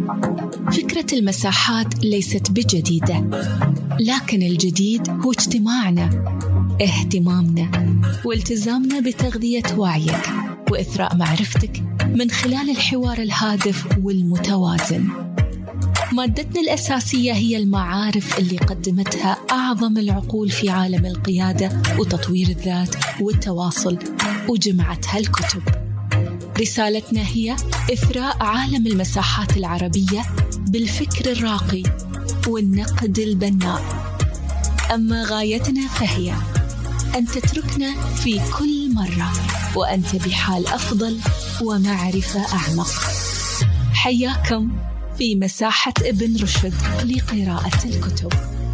فكرة المساحات ليست بجديدة، لكن الجديد هو اجتماعنا، اهتمامنا والتزامنا بتغذية وعيك وإثراء معرفتك من خلال الحوار الهادف والمتوازن. مادتنا الأساسية هي المعارف اللي قدمتها أعظم العقول في عالم القيادة وتطوير الذات والتواصل، وجمعتها الكتب. رسالتنا هي إثراء عالم المساحات العربية بالفكر الراقي والنقد البناء. أما غايتنا فهي أن تتركنا في كل مرة وأنت بحال أفضل ومعرفة أعمق. حياكم في مساحة ابن رشد لقراءة الكتب.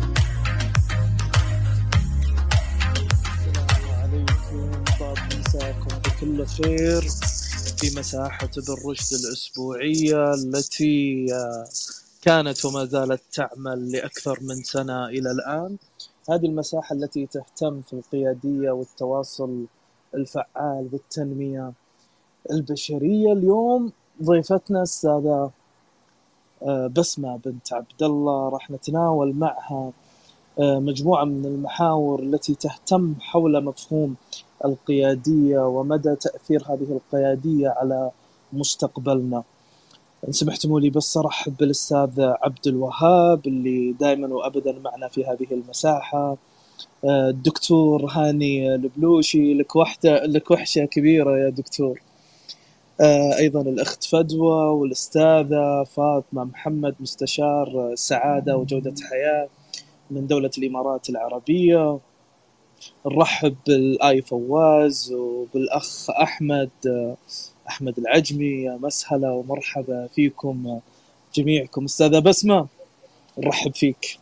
السلام عليكم، طاب مساكم بكل خير في مساحة ابن رشد الأسبوعية التي كانت وما زالت تعمل لأكثر من سنة إلى الآن. هذه المساحة التي تهتم في القيادية والتواصل الفعال والتنمية البشرية. اليوم ضيفتنا السادة بسمة بنت عبد الله، راح نتناول معها مجموعة من المحاور التي تهتم حول مفهوم القيادية ومدى تأثير هذه القيادية على مستقبلنا. إن سمحتموا لي بس أرحب بالأستاذ عبد الوهاب اللي دائما وأبدا معنا في هذه المساحة. الدكتور هاني البلوشي، لك وحشة كبيرة يا دكتور. أيضا الأخت فدوى والأستاذة فاطمة محمد، مستشار سعادة وجودة حياة من دولة الإمارات العربية. نرحب بالآي فواز وبالأخ أحمد العجمي. يا مسهلا ومرحبا فيكم جميعكم. أستاذة بسمة نرحب فيك.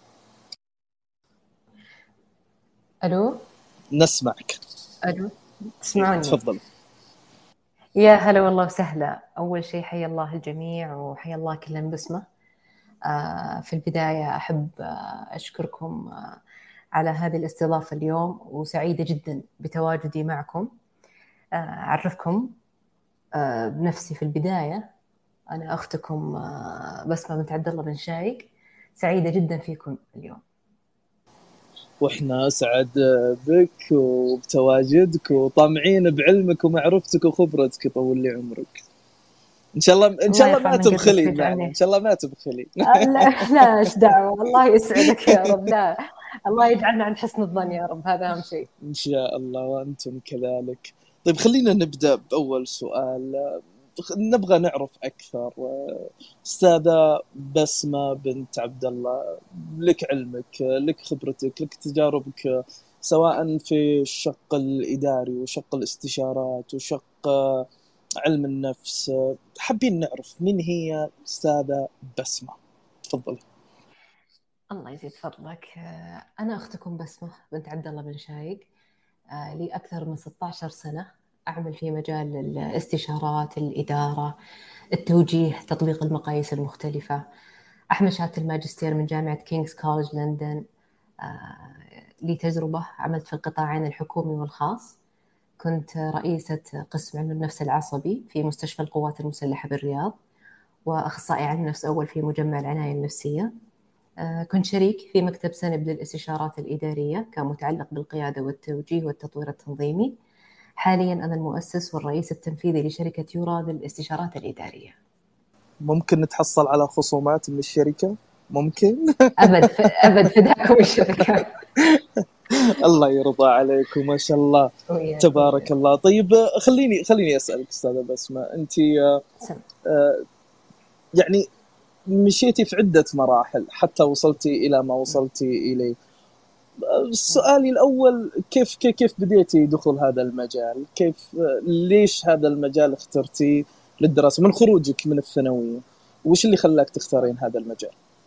ألو، نسمعك. ألو، تسمعوني؟ تفضل. يا هلا والله وسهلا. أول شيء حيا الله الجميع وحيا الله كل بسمة. في البداية أحب أشكركم على هذه الاستضافة اليوم، وسعيدة جدا بتواجدي معكم. أعرفكم بنفسي في البداية. أنا أختكم بسمة بنت عبد الله بن شايق، سعيدة جدا فيكم اليوم. وإحنا سعد بك وبتواجدك وطامعين بعلمك ومعرفتك وخبرتك. يطول لي عمرك إن شاء الله. إن شاء الله ما تبخلي معنا، إن شاء الله ما تبخلي. لا إيش دعوة، الله يسعدك يا رب. لا، الله يجعلنا عند حسن الظن يا رب، هذا أهم شيء. إن شاء الله وأنتم كذلك. طيب خلينا نبدأ بأول سؤال. نبغى نعرف أكثر. أستاذة بسمة بنت عبد الله، لك علمك، لك خبرتك، لك تجاربك سواء في الشق الإداري وشق الاستشارات وشق علم النفس. حابين نعرف من هي أستاذة بسمة. تفضل. الله يزيد فضلك. أنا أختكم بسمة بنت عبد الله بن شايق، لي أكثر من 16 سنة أعمل في مجال الاستشارات، الإدارة، التوجيه، تطبيق المقاييس المختلفة. أحمل شهادة الماجستير من جامعة كينغز كولج لندن. لي تجربة عملت في القطاعين الحكومي والخاص. كنت رئيسة قسم علم النفس العصبي في مستشفى القوات المسلحة بالرياض، وأخصائي علم نفس أول في مجمع العناية النفسية. كنت شريك في مكتب سنب للاستشارات الإدارية كمتعلق بالقيادة والتوجيه والتطوير التنظيمي. حالياً أنا المؤسس والرئيس التنفيذي لشركة يورا للاستشارات الإدارية. ممكن نتحصل على خصومات من الشركة؟ ممكن؟ أبد فداكم الشركة. الله يرضى عليكم ما شاء الله تبارك الله. طيب خليني أسألك أستاذة بسمة، أنت يعني مشيتي في عدة مراحل حتى وصلتي إلى ما وصلتي إليه. سؤالي الأول، كيف بديتي دخول هذا المجال؟ ليش هذا المجال اخترتي للدراسة من خروجك من الثانوية؟ وش اللي خلاك تختارين هذا المجال؟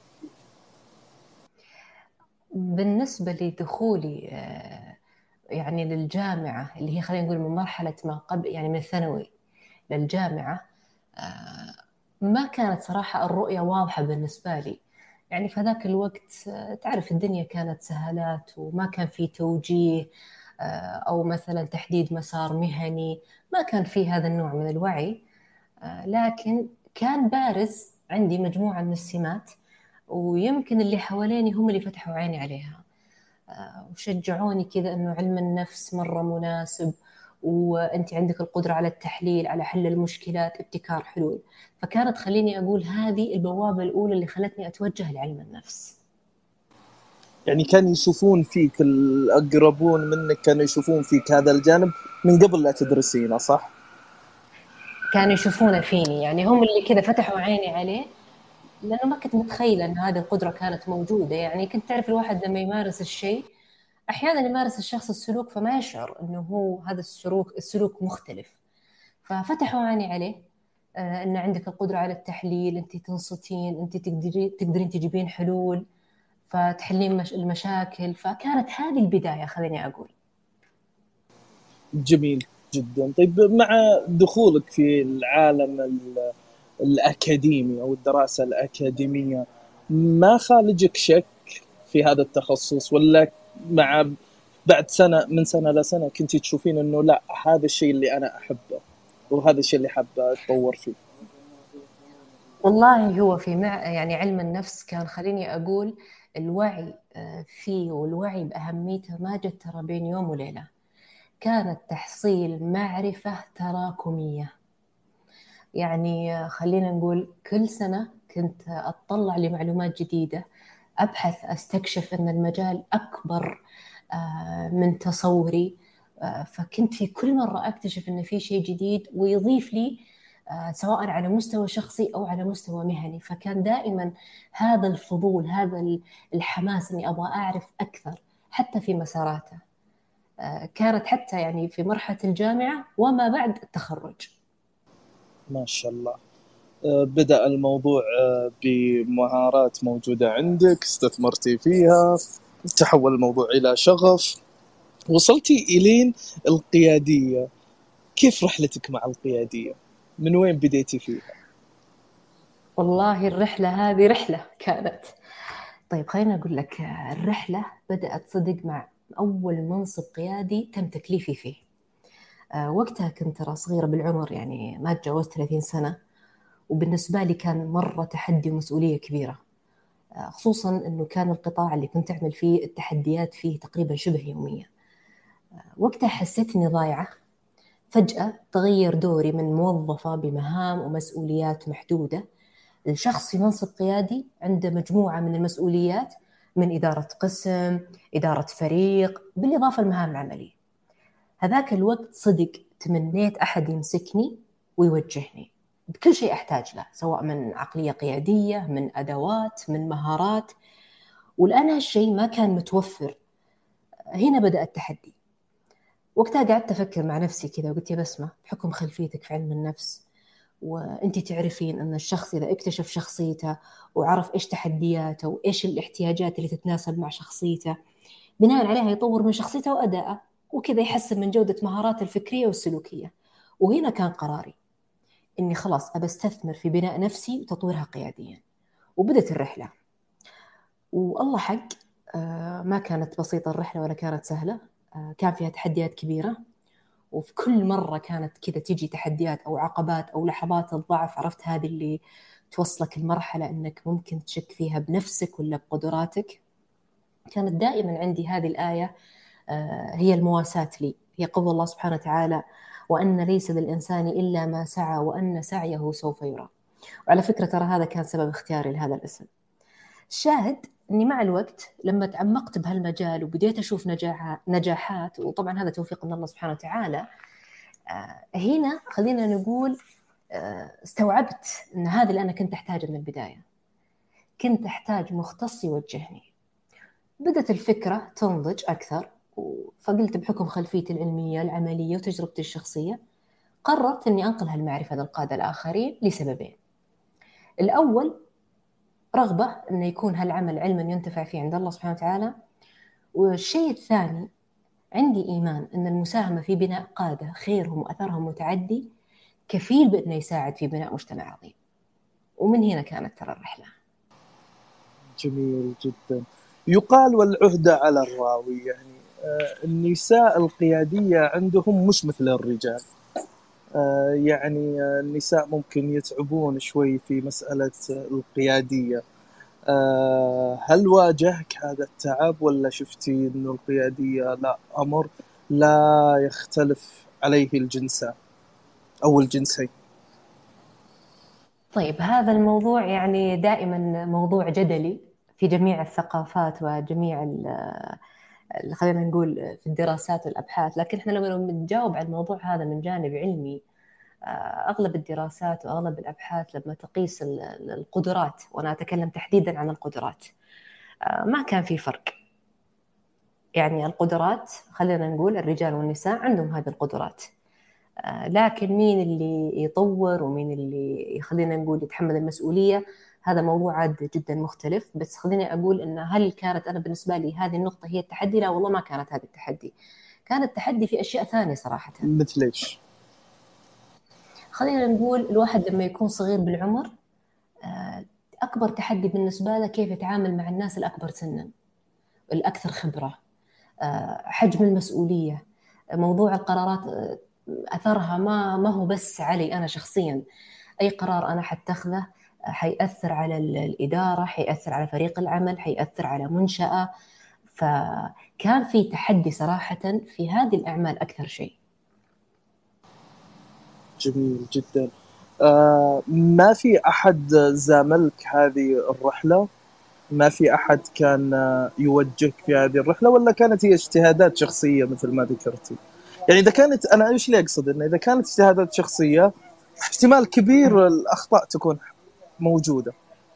بالنسبة لدخولي يعني للجامعة، اللي هي خلينا نقول من مرحلة ما قبل، يعني من الثانوي للجامعة، ما كانت صراحة الرؤية واضحة بالنسبة لي. يعني في ذاك الوقت تعرف الدنيا كانت سهلات وما كان في توجيه أو مثلا تحديد مسار مهني، ما كان في هذا النوع من الوعي. لكن كان بارز عندي مجموعة من السمات، ويمكن اللي حواليني هم اللي فتحوا عيني عليها وشجعوني كذا إنه علم النفس مرة مناسب، وأنت عندك القدرة على التحليل، على حل المشكلات، ابتكار حلول. فكانت خليني أقول هذه البوابة الأولى اللي خلتني أتوجه لعلم النفس. يعني كانوا يشوفون فيك الأقربون منك، كانوا يشوفون فيك هذا الجانب من قبل لا تدرسينه، صح؟ كانوا يشوفونه فيني، يعني هم اللي كذا فتحوا عيني عليه، لأنه ما كنت متخيلة أن هذه القدرة كانت موجودة. يعني كنت تعرف الواحد لما يمارس الشيء أحيانا يمارس الشخص السلوك فما يشعر أنه هو هذا السلوك مختلف. ففتحوا عيني عليه، أن عندك القدرة على التحليل، أنت تنصتين، أنت تقدرين تجيبين حلول، فتحلين المشاكل. فكانت هذه البداية خليني أقول. جميل جدا. طيب مع دخولك في العالم الأكاديمي أو الدراسة الأكاديمية، ما خالجك شك في هذا التخصص، ولا بعد سنة لسنة كنت تشوفين أنه لا، هذا الشيء اللي أنا أحبه وهذا الشيء اللي حابة أتطور فيه؟ والله هو يعني علم النفس كان خليني أقول الوعي فيه والوعي بأهميته ما جت ترى بين يوم وليلة. كانت تحصيل معرفة تراكمية. يعني خلينا نقول كل سنة كنت أتطلع لمعلومات جديدة، أبحث أستكشف أن المجال أكبر من تصوري. فكنت في كل مرة أكتشف أن في شيء جديد ويضيف لي سواء على مستوى شخصي أو على مستوى مهني. فكان دائما هذا الفضول، هذا الحماس أني أبغى أعرف أكثر حتى في مساراته. كانت حتى يعني في مرحلة الجامعة وما بعد التخرج. ما شاء الله. بدأ الموضوع بمهارات موجودة عندك، استثمرتي فيها، تحول الموضوع إلى شغف، وصلتي إلين القيادية. كيف رحلتك مع القيادية؟ من وين بديتي فيها؟ والله الرحلة هذه رحلة كانت. طيب خلينا أقول لك، الرحلة بدأت صدق مع أول منصب قيادي تم تكليفي فيه. وقتها كنت ترى صغيرة بالعمر، يعني ما تجاوزت 30 سنة، وبالنسبة لي كان مرة تحدي ومسؤولية كبيرة. خصوصا أنه كان القطاع اللي كنت أعمل فيه التحديات فيه تقريبا شبه يومية. وقتها حسيت أني ضايعة. فجأة تغير دوري من موظفة بمهام ومسؤوليات محدودة الشخص في منصب قيادي عنده مجموعة من المسؤوليات، من إدارة قسم، إدارة فريق، بالإضافة للمهام العملية. هذاك الوقت صدق تمنيت أحد يمسكني ويوجهني بكل شيء أحتاج له، سواء من عقلية قيادية، من أدوات، من مهارات. والآن هالشيء ما كان متوفر. هنا بدأ التحدي. وقتها قعدت أفكر مع نفسي كذا وقلت يا بسمة، بحكم خلفيتك في علم النفس وانتي تعرفين ان الشخص اذا اكتشف شخصيته وعرف ايش تحدياته وايش الاحتياجات اللي تتناسب مع شخصيته، بناء عليها يطور من شخصيته وادائه، وكذا يحسن من جودة مهاراته الفكرية والسلوكية. وهنا كان قراري اني خلاص ابى استثمر في بناء نفسي وتطويرها قياديا. وبدت الرحلة. والله حق ما كانت بسيطة الرحلة ولا كانت سهلة. كان فيها تحديات كبيرة، وفي كل مرة كانت كذا تيجي تحديات أو عقبات أو لحظات الضعف. عرفت هذه اللي توصلك المرحلة أنك ممكن تشك فيها بنفسك ولا بقدراتك. كانت دائما عندي هذه الآية، هي المواساة لي، هي قول الله سبحانه وتعالى: وأن ليس للإنسان إلا ما سعى وأن سعيه سوف يرى. وعلى فكرة ترى هذا كان سبب اختياري لهذا الاسم. الشاهد أني مع الوقت لما تعمقت بهالمجال وبديت أشوف نجاحات، وطبعا هذا توفيق من الله سبحانه وتعالى، هنا خلينا نقول استوعبت أن هذا اللي أنا كنت أحتاجه من البداية. كنت أحتاج مختص يوجهني. بدت الفكرة تنضج أكثر، فقلت بحكم خلفيتي العلمية العملية وتجربتي الشخصية قررت أني أنقل هالمعرفة للقادة الآخرين لسببين. الأول رغبة أن يكون هالعمل علما ينتفع فيه عند الله سبحانه وتعالى. والشيء الثاني عندي إيمان أن المساهمة في بناء قادة خيرهم وأثرهم متعدي كفيل بأنه يساعد في بناء مجتمع عظيم. ومن هنا كانت ترى الرحلة. جميل جدا. يقال والعهدة على الراوي، يعني النساء القيادية عندهم مش مثل الرجال. يعني النساء ممكن يتعبون شوي في مسألة القيادية. هل واجهك هذا التعب، ولا شفتي إنه القيادية لا أمر لا يختلف عليه الجنسان أو الجنسين؟ طيب، هذا الموضوع يعني دائما موضوع جدلي في جميع الثقافات وجميع خلينا نقول في الدراسات والأبحاث. لكن احنا لما نجاوب على الموضوع هذا من جانب علمي، أغلب الدراسات وأغلب الأبحاث لما تقيس القدرات، وأنا أتكلم تحديدا عن القدرات، ما كان في فرق. يعني القدرات خلينا نقول الرجال والنساء عندهم هذه القدرات، لكن مين اللي يطور ومين اللي خلينا نقول يتحمل المسؤولية، هذا موضوع عاد جدا مختلف. بس خليني أقول إن هل كانت أنا بالنسبة لي هذه النقطة هي التحدي؟ لا والله، ما كانت هذه التحدي. كان التحدي في أشياء ثانية صراحة. مثل إيش؟ خلينا نقول الواحد لما يكون صغير بالعمر، أكبر تحدي بالنسبة له كيف يتعامل مع الناس الأكبر سنا، الأكثر خبرة، حجم المسؤولية، موضوع القرارات، أثرها ما هو بس علي أنا شخصيا. أي قرار أنا حتخذه حيأثر على الإدارة، حيأثر على فريق العمل، حيأثر على منشأة. فكان في تحدي صراحة في هذه الأعمال أكثر شيء. جميل جدا. ما في أحد زاملك هذه الرحلة؟ ما في أحد كان يوجهك في هذه الرحلة، ولا كانت هي اجتهادات شخصية مثل ما ذكرتي؟ يعني إذا كانت، أنا إيش اللي أقصد، إنه إذا كانت اجتهادات شخصية احتمال كبير الأخطاء تكون موجودة.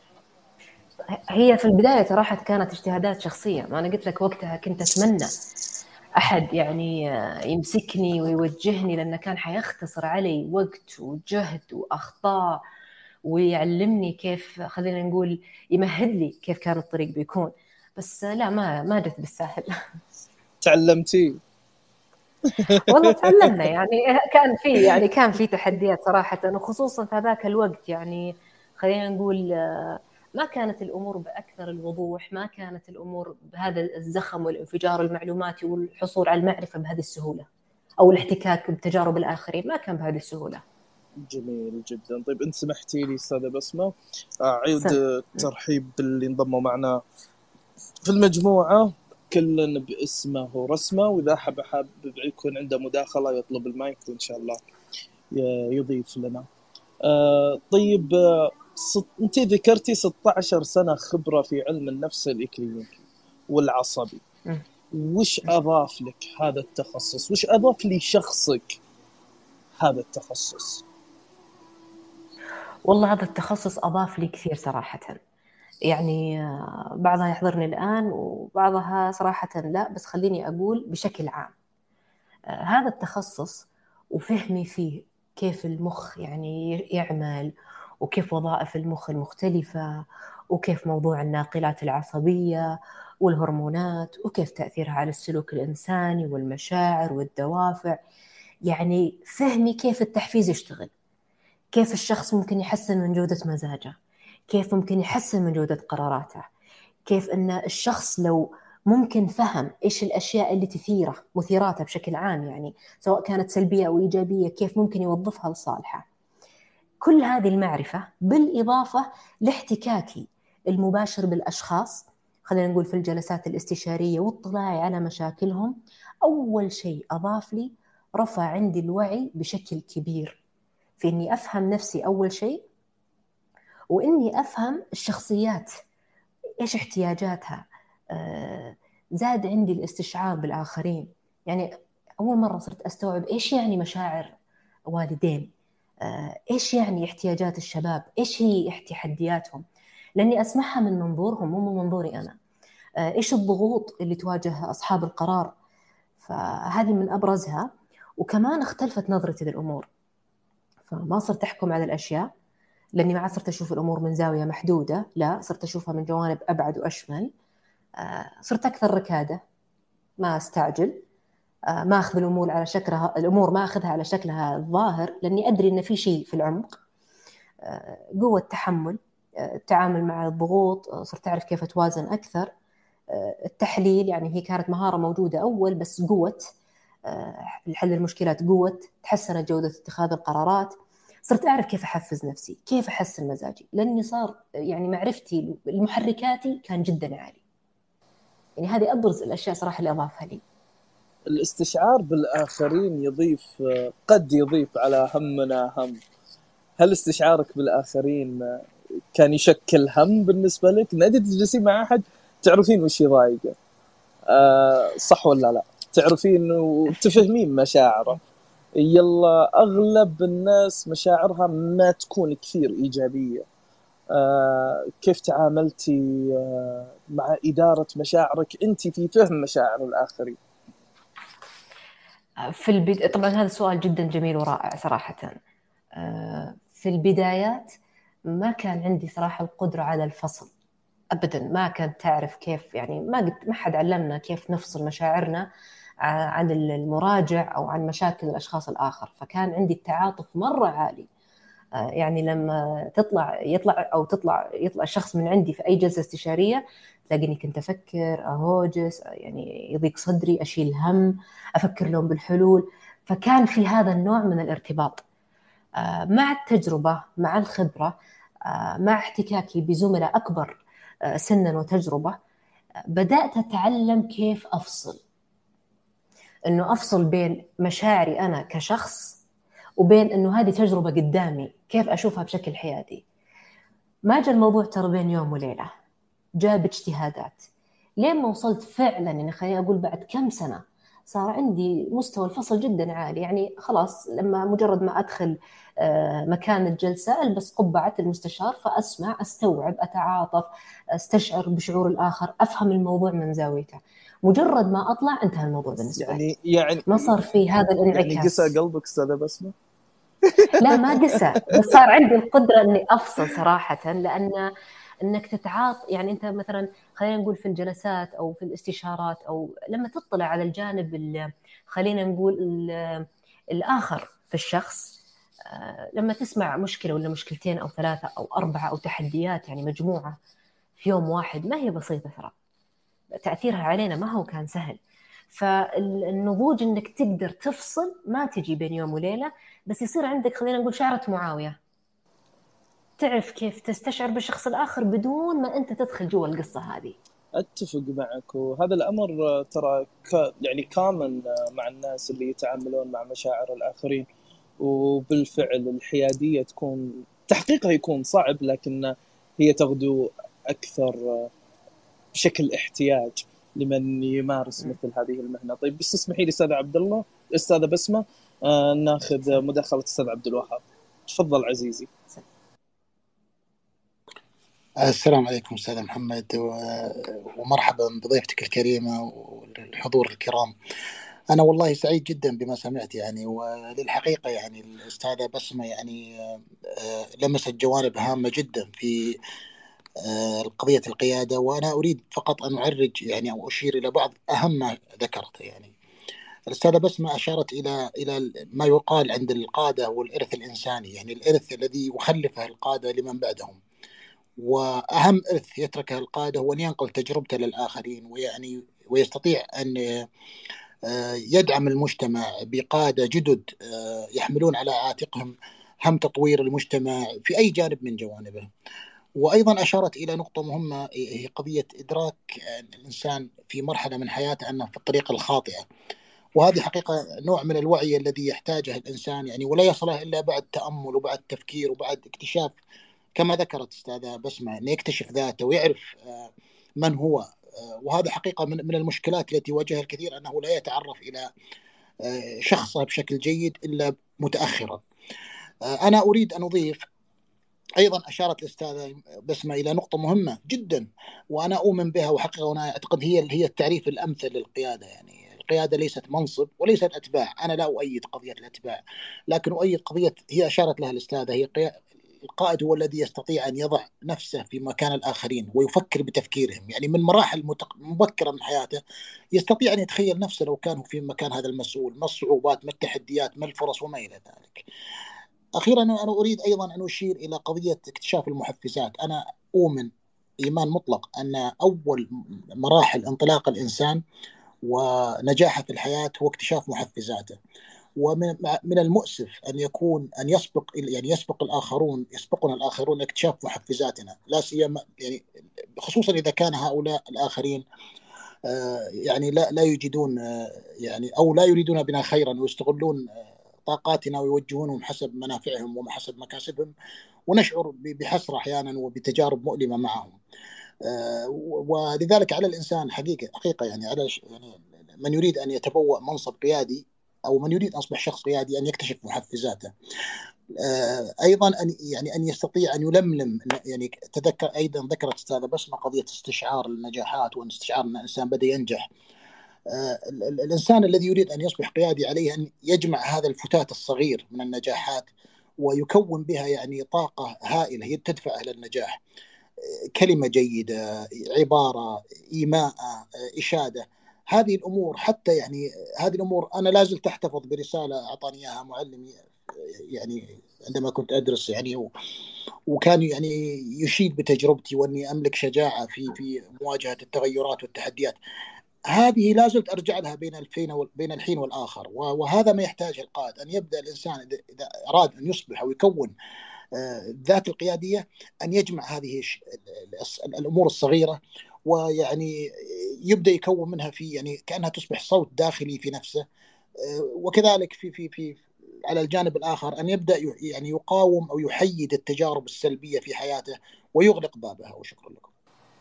هي في البداية صراحة كانت اجتهادات شخصية. ما أنا قلت لك وقتها كنت أتمنى أحد يعني يمسكني ويوجهني، لأنه كان حيختصر علي وقت وجهد وأخطاء، ويعلمني كيف خلينا نقول يمهد لي كيف كان الطريق بيكون. بس لا، ما جت بالساهل. تعلمتي؟ والله تعلمنا يعني. كان في تحديات صراحة، وخصوصا في هذاك الوقت. يعني خلينا نقول ما كانت الأمور بأكثر الوضوح، ما كانت الأمور بهذا الزخم والانفجار المعلوماتي والحصول على المعرفة بهذه السهولة، أو الاحتكاك بتجارب الآخرين ما كان بهذه السهولة. جميل جدا. طيب أنت سمحتي لي أستاذة بسمة أعيد سم. الترحيب باللي انضموا معنا في المجموعة، كل باسمه ورسمه، وإذا حاب يكون عنده مداخلة يطلب المايك وإن شاء الله يضيف لنا. طيب، أنت ذكرتي 16 سنة خبرة في علم النفس الإكلينيكي والعصبي. وش أضاف لك هذا التخصص؟ وش أضاف لشخصك هذا التخصص؟ والله هذا التخصص أضاف لي كثير صراحة. يعني بعضها يحضرني الآن وبعضها صراحة لا، بس خليني أقول بشكل عام هذا التخصص وفهمي فيه كيف المخ يعني يعمل، وكيف وظائف المخ المختلفة، وكيف موضوع الناقلات العصبية والهرمونات، وكيف تأثيرها على السلوك الإنساني والمشاعر والدوافع. يعني فهمي كيف التحفيز يشتغل، كيف الشخص ممكن يحسن من جودة مزاجه، كيف ممكن يحسن من جودة قراراته، كيف أن الشخص لو ممكن فهم إيش الأشياء اللي تثيره، مثيراته بشكل عام، يعني سواء كانت سلبية أو إيجابية، كيف ممكن يوظفها لصالحه. كل هذه المعرفة بالإضافة لاحتكاكي المباشر بالأشخاص، خلينا نقول في الجلسات الاستشارية واطلاعي على مشاكلهم، أول شيء أضاف لي رفع عندي الوعي بشكل كبير في إني أفهم نفسي أول شيء، وإني أفهم الشخصيات إيش احتياجاتها. زاد عندي الاستشعار بالآخرين. يعني أول مرة صرت أستوعب إيش يعني مشاعر والدين، إيش يعني احتياجات الشباب، إيش هي تحدياتهم، لأني أسمعها من منظورهم مو من منظوري أنا. إيش الضغوط اللي تواجه أصحاب القرار، فهذه من أبرزها. وكمان اختلفت نظرتي للأمور، فما صرت أحكم على الأشياء، لأني ما صرت أشوف الأمور من زاوية محدودة، لا صرت أشوفها من جوانب أبعد وأشمل. صرت أكثر ركادة، ما أستعجل، ما أخذ الأمور ما أخذها على شكلها الظاهر، لأني أدري أن في شيء في العمق. قوة تحمل، التعامل مع الضغوط، صرت أعرف كيف أتوازن أكثر. التحليل، يعني هي كانت مهارة موجودة أول، بس قوة حل المشكلات قوة، تحسنت جودة اتخاذ القرارات، صرت أعرف كيف أحفز نفسي، كيف أحسن مزاجي، لأني صار يعني معرفتي المحركاتي كان جدا عالي. يعني هذه أبرز الأشياء صراحة اللي أضافها لي. الاستشعار بالآخرين قد يضيف على همنا هم. هل استشعارك بالآخرين كان يشكل هم بالنسبة لك؟ نادي تجلسين مع أحد تعرفين وش يضايقه، صح ولا لا؟ تعرفين وتفهمين مشاعره. يلا أغلب الناس مشاعرها ما تكون كثير إيجابية. كيف تعاملتي مع إدارة مشاعرك أنت في فهم مشاعر الآخرين؟ طبعا هذا سؤال جدا جميل ورائع صراحة. في البدايات ما كان عندي صراحة القدرة على الفصل أبدا، ما كنت تعرف كيف، يعني ما حد علمنا كيف نفصل مشاعرنا عن المراجع أو عن مشاكل الأشخاص الآخر، فكان عندي التعاطف مرة عالي. يعني لما يطلع شخص من عندي في أي جلسة استشارية، تلاقيني كنت أفكر، أهوجس، يعني يضيق صدري، أشيل هم، أفكر لهم بالحلول. فكان في هذا النوع من الارتباط. مع التجربة، مع الخبرة، مع احتكاكي بزملاء أكبر سنا وتجربة، بدأت أتعلم كيف إنه أفصل بين مشاعري أنا كشخص وبين إنه هذه تجربة قدامي، كيف أشوفها بشكل حيادي. ما جاء الموضوع ترى بين يوم وليلة، جاء باجتهادات، لين ما وصلت فعلا، يعني خليني أقول بعد كم سنة صار عندي مستوى الفصل جدا عالي. يعني خلاص لما مجرد ما أدخل مكان الجلسة ألبس قبعة المستشار، فأسمع، أستوعب، أتعاطف، أستشعر بشعور الآخر، أفهم الموضوع من زاويته. مجرد ما أطلع انتهى الموضوع بالنسبة لي. يعني ما صار في هذا الانعكاس. يعني قسى قلبك أستاذة بسمة؟ لا ما قسى، بس صار عندي القدرة إني أفصل صراحة، لأن إنك يعني أنت مثلا خلينا نقول في الجلسات أو في الاستشارات، أو لما تطلع على الجانب خلينا نقول الآخر في الشخص، لما تسمع مشكلة ولا مشكلتين أو 3 أو 4 أو تحديات، يعني مجموعة في يوم واحد، ما هي بسيطة ترى، تأثيرها علينا ما هو كان سهل. فالنضوج إنك تقدر تفصل ما تجي بين يوم وليلة، بس يصير عندك خلينا نقول شعرة معاوية، تعرف كيف تستشعر بالشخص الآخر بدون ما أنت تدخل جوا القصة هذه. أتفق معك، وهذا الأمر ترى يعني كامن مع الناس اللي يتعاملون مع مشاعر الآخرين. وبالفعل الحيادية تحقيقها يكون صعب، لكن هي تغدو أكثر بشكل احتياج لمن يمارس مثل هذه المهنة. طيب بس اسمحي لي أستاذ عبد الله، أستاذة بسمة، ناخذ مداخلة أستاذ عبد الوهاب. تفضل عزيزي. السلام عليكم أستاذ محمد، ومرحبا بضيفتك الكريمة والحضور الكرام. أنا والله سعيد جدا بما سمعت يعني، وللحقيقة يعني الأستاذة بسمة يعني لمست جوانب هامة جدا في قضية القيادة، وأنا أريد فقط أن أعرج يعني أو أشير إلى بعض أهم ما ذكرته. يعني الأستاذة بسمة أشارت إلى ما يقال عند القادة والإرث الإنساني، يعني الإرث الذي يخلفه القادة لمن بعدهم. وأهم إرث يتركه القادة هو أن ينقل تجربته للآخرين، ويعني ويستطيع أن يدعم المجتمع بقادة جدد يحملون على عاتقهم هم تطوير المجتمع في أي جانب من جوانبه. وأيضا أشارت إلى نقطة مهمة، هي قضية إدراك الإنسان في مرحلة من حياته أنه في الطريق الخاطئة، وهذه حقيقة نوع من الوعي الذي يحتاجه الإنسان يعني، ولا يصله إلا بعد تأمل وبعد تفكير وبعد اكتشاف، كما ذكرت أستاذة بسمة، أن يكتشف ذاته ويعرف من هو. وهذا حقيقة من المشكلات التي واجهها الكثير، أنه لا يتعرف إلى شخصه بشكل جيد إلا متأخرا. أنا أريد أن أضيف أيضا، أشارت الأستاذة بسمة إلى نقطة مهمة جدا وأنا أؤمن بها، وحقيقة وأنا أعتقد هي التعريف الأمثل للقيادة. يعني القيادة ليست منصب وليست أتباع، أنا لا أؤيد قضية الأتباع، لكن أؤيد قضية هي أشارت لها الأستاذة، هي القائد هو الذي يستطيع أن يضع نفسه في مكان الآخرين ويفكر بتفكيرهم، يعني من مراحل مبكرة من حياته يستطيع أن يتخيل نفسه لو كان في مكان هذا المسؤول، ما الصعوبات، ما التحديات، ما الفرص وما إلى ذلك. أخيرا أنا أريد أيضا أن أشير إلى قضية اكتشاف المحفزات. أنا أؤمن إيمان مطلق أن أول مراحل انطلاق الإنسان ونجاحه في الحياة هو اكتشاف محفزاته. ومن المؤسف أن يسبق يسبقنا الآخرون لاكتشاف محفزاتنا، لا سيما يعني خصوصا إذا كان هؤلاء الآخرين يعني لا يجدون يعني أو لا يريدون بنا خيرا، ويستغلون طاقاتنا ويوجهونهم حسب منافعهم وحسب مكاسبهم، ونشعر بحسرة أحيانا وبتجارب مؤلمة معهم. ولذلك على الإنسان حقيقة يعني يعني من يريد أن يتبوأ منصب قيادي أو من يريد أن يصبح شخص قيادي أن يكتشف محفزاته. أيضا أن يستطيع أن يلملم. يعني تذكر أيضا ذكرت أستاذة بسمة قضية استشعار النجاحات وأن استشعار أن الإنسان بدأ ينجح. الإنسان الذي يريد أن يصبح قيادي عليه أن يجمع هذا الفتات الصغير من النجاحات ويكون بها يعني طاقة هائلة هي تدفع إلى النجاح. كلمة جيدة، عبارة، إيماء، إشادة، هذه الأمور حتى يعني هذه الأمور أنا لازل تحتفظ برسالة أعطاني إياها معلمي يعني عندما كنت أدرس يعني، وكان يعني يشيد بتجربتي وأني أملك شجاعة في مواجهة التغيرات والتحديات. هذه لازلت أرجع لها بين الحين والآخر. وهذا ما يحتاج القائد، أن يبدأ الإنسان إذا أراد أن يصبح أو يكون ذات القيادية أن يجمع هذه الأمور الصغيرة، ويعني يبدأ يكون منها في يعني كأنها تصبح صوت داخلي في نفسه. وكذلك في على الجانب الآخر أن يبدأ يعني يقاوم أو يحيد التجارب السلبية في حياته ويغلق بابها. وشكرا لكم.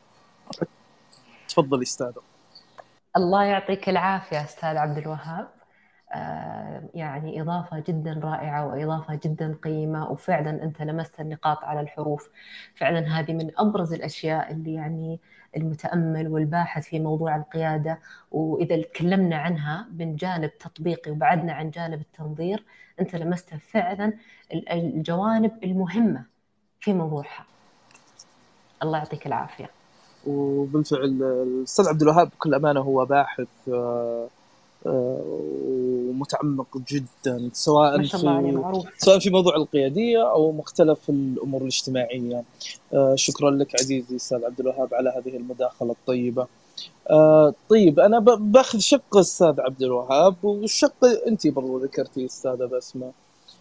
تفضل أستاذ. الله يعطيك العافية أستاذ عبد الوهاب. يعني إضافة جدا رائعة وإضافة جدا قيمة، وفعلا أنت لمست النقاط على الحروف. فعلا هذه من أبرز الأشياء اللي يعني المتأمل والباحث في موضوع القيادة، وإذا تكلمنا عنها من جانب تطبيقي وبعدنا عن جانب التنظير، أنت لمست فعلا الجوانب المهمة في موضوعها. الله يعطيك العافية. وبالفعل الأستاذ عبد الوهاب بكل أمانة هو باحث ومتعمق جدا، سواء في موضوع القيادية أو مختلف الأمور الاجتماعية. شكرا لك عزيزي أستاذ عبد الوهاب على هذه المداخلة الطيبة. طيب أنا باخذ شق أستاذ عبد الوهاب والشق أنت برضو ذكرتي أستاذة بسمة.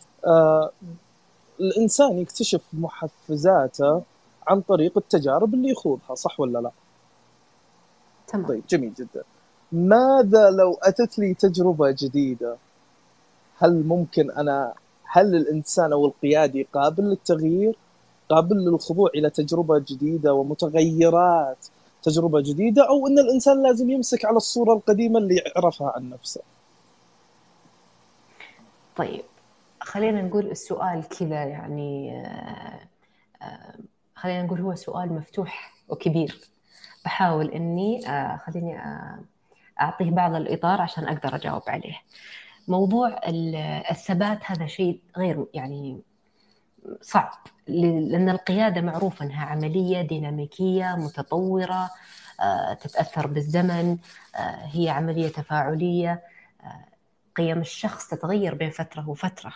الإنسان يكتشف محفزاته عن طريق التجارب اللي يخوضها، صح ولا لا؟ تمام. طيب جميل جدا. ماذا لو أتت لي تجربة جديدة؟ هل الإنسان أو القيادي قابل للتغيير، قابل للخضوع إلى تجربة جديدة ومتغيرات تجربة جديدة، أو أن الإنسان لازم يمسك على الصورة القديمة اللي يعرفها عن نفسه؟ طيب خلينا نقول السؤال كذا يعني خلينا نقول هو سؤال مفتوح وكبير. بحاول إني خليني أعطيه بعض الإطار عشان أقدر أجاوب عليه. موضوع الثبات هذا شيء غير يعني صعب، لأن القيادة معروف أنها عملية ديناميكية متطورة تتأثر بالزمن، هي عملية تفاعلية، قيم الشخص تتغير بين فترة وفترة.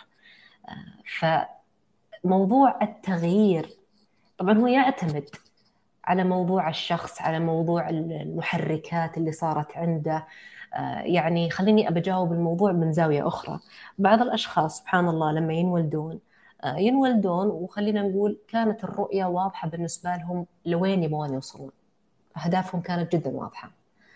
فموضوع التغيير طبعا هو يعتمد على موضوع الشخص، على موضوع المحركات اللي صارت عنده. يعني خليني أبجاوب الموضوع من زاوية أخرى. بعض الأشخاص سبحان الله لما ينولدون وخلينا نقول كانت الرؤية واضحة بالنسبة لهم لوين يبغون يوصلون، أهدافهم كانت جدا واضحة.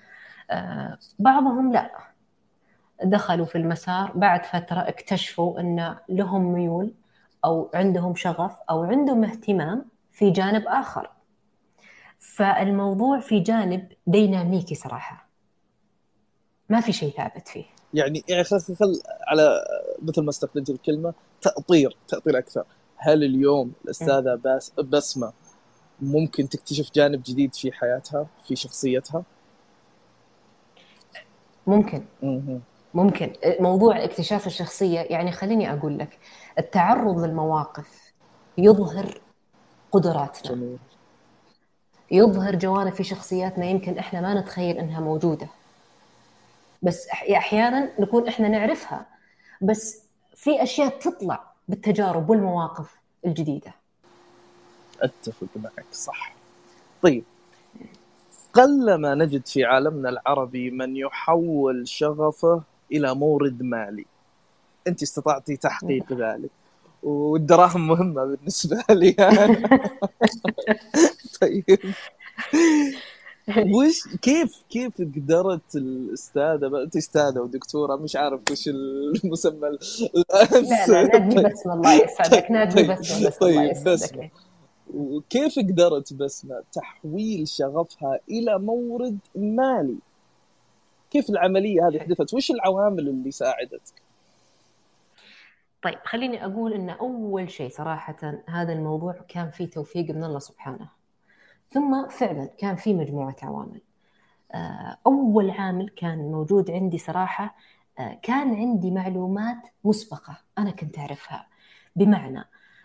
بعضهم لا، دخلوا في المسار بعد فترة اكتشفوا أن لهم ميول أو عندهم شغف أو عندهم اهتمام في جانب آخر. فالموضوع في جانب ديناميكي صراحة، ما في شيء ثابت فيه. يعني خل على مثل ما استخدمت الكلمة تأطير أكثر. هل اليوم الأستاذة بسمة ممكن تكتشف جانب جديد في حياتها، في شخصيتها؟ ممكن موضوع اكتشاف الشخصية، يعني خليني أقول لك التعرض للمواقف يظهر قدراتنا. جميل. يظهر جوانب في شخصياتنا يمكن إحنا ما نتخيل إنها موجودة، بس أحيانا نكون إحنا نعرفها، بس في أشياء تطلع بالتجارب والمواقف الجديدة. أتفق معك، صح. طيب قلما نجد في عالمنا العربي من يحول شغفه إلى مورد مالي. أنت استطعتي تحقيق ذلك، والدراهم مهمة بالنسبة لي أنا. طيب كيف قدرت الأستاذة، أنت أستاذة ودكتورة، مش عارف وش المسمى لا نادني بسمة، الله يسعدك، نادني بسمة بس. الله يسعدك. بسمة. وكيف قدرت بسمة تحويل شغفها إلى مورد مالي؟ كيف العملية هذه حدثت؟ وش العوامل اللي ساعدتك؟ طيب خليني أقول إن أول شيء صراحة هذا الموضوع كان فيه توفيق من الله سبحانه، ثم فعلا كان فيه مجموعة عوامل. أول عامل كان موجود عندي صراحة، كان عندي معلومات مسبقة أنا كنت أعرفها. بمعنى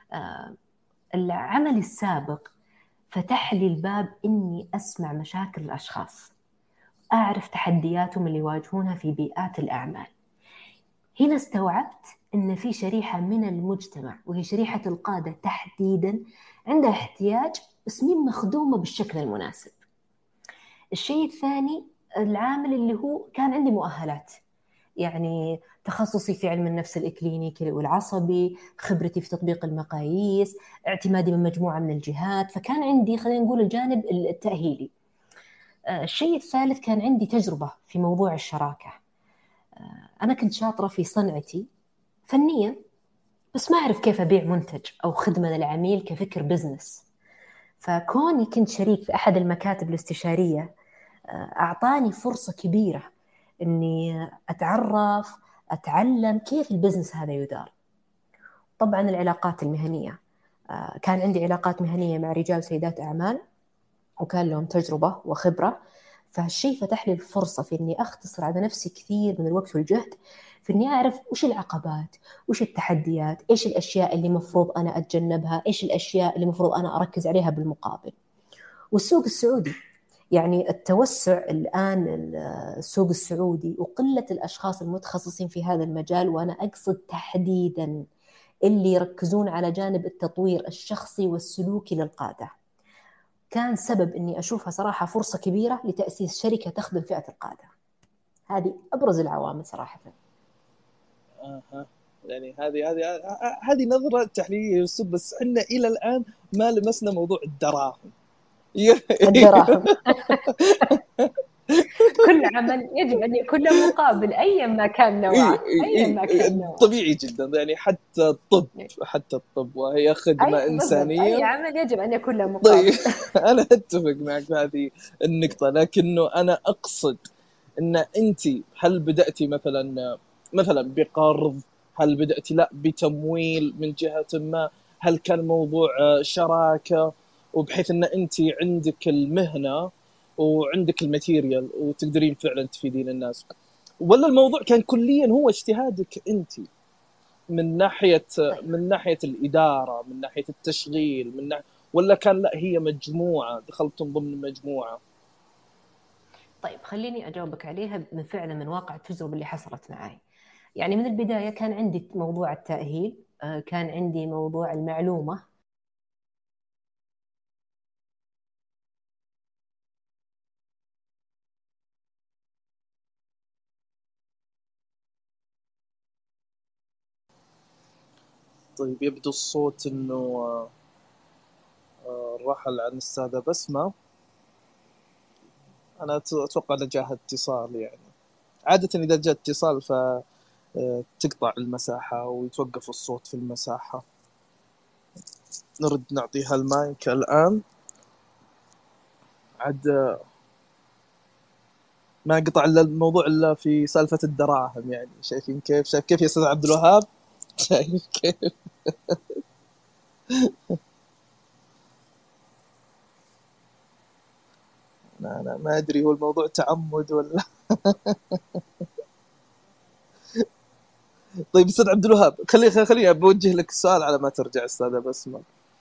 العمل السابق فتح لي الباب إني أسمع مشاكل الأشخاص، أعرف تحدياتهم اللي يواجهونها في بيئات الأعمال. هنا استوعبت إن في شريحة من المجتمع، وهي شريحة القادة تحديداً، عندها احتياج بس مين مخدومة بالشكل المناسب. الشيء الثاني العامل اللي هو كان عندي مؤهلات، يعني تخصصي في علم النفس الإكلينيكي والعصبي، خبرتي في تطبيق المقاييس، اعتمادي من مجموعة من الجهات، فكان عندي خلينا نقول الجانب التأهيلي. الشيء الثالث كان عندي تجربة في موضوع الشراكة. أنا كنت شاطرة في صنعتي فنيا، بس ما أعرف كيف أبيع منتج أو خدمة للعميل كفكر بزنس. فكوني كنت شريك في أحد المكاتب الاستشارية أعطاني فرصة كبيرة أني أتعرف أتعلم كيف البزنس هذا يدار. طبعا العلاقات المهنية، كان عندي علاقات مهنية مع رجال وسيدات أعمال وكان لهم تجربة وخبرة، فهالشيء فتح لي الفرصة في أني أختصر على نفسي كثير من الوقت والجهد في أني أعرف وش العقبات، وش التحديات، إيش الأشياء اللي مفروض أنا أتجنبها، إيش الأشياء اللي مفروض أنا أركز عليها بالمقابل. والسوق السعودي، يعني التوسع الآن السوق السعودي وقلة الأشخاص المتخصصين في هذا المجال، وأنا أقصد تحديداً اللي يركزون على جانب التطوير الشخصي والسلوكي للقادة، كان سبب أني أشوفها صراحة فرصة كبيرة لتأسيس شركة تخدم فئة القادة. هذه أبرز العوامل صراحة. يعني هذه نظرة تحليلية للسوق، بس احنا إلى الآن ما لمسنا موضوع الدراهم. الدراهم كل عمل يجب أن يكون له مقابل أيا ما كان نوعه. طبيعي جدا، يعني حتى الطب وهي خدمة إنسانية. أي عمل يجب أن يكون له مقابل. طيب أنا أتفق معك في هذه النقطة، لكنه أنا أقصد أن أنت هل بدأتي مثلا بقرض؟ هل بدأتي لا بتمويل من جهة ما؟ هل كان موضوع شراكة، وبحيث أن أنت عندك المهنة وعندك الماتيريال وتقدرين فعلا تفيدين الناس، ولا الموضوع كان كليا هو اجتهادك أنت من ناحية الإدارة، من ناحية التشغيل، ولا كان لا هي مجموعة دخلتم ضمن مجموعة؟ طيب خليني أجاوبك عليها فعلا من واقع التجربة اللي حصلت معي. يعني من البداية كان عندي موضوع التأهيل، كان عندي موضوع المعلومة. طيب يبدو الصوت إنه رحل عن السادة بسمة. أنا أتوقع أن جاء اتصال، يعني عادة إذا جاء اتصال فتقطع المساحة ويتوقف الصوت في المساحة. نرد نعطيها المايك الآن. عاد ما قطع الموضوع إلا في سالفة الدراهم، يعني شايفين كيف يا أستاذ عبد الوهاب؟ شايف كيف؟ أنا ما أدري هو الموضوع تعمد ولا طيب أستاذ عبد الوهاب، خليني بوجه لك السؤال على ما ترجع أستاذة بسمة.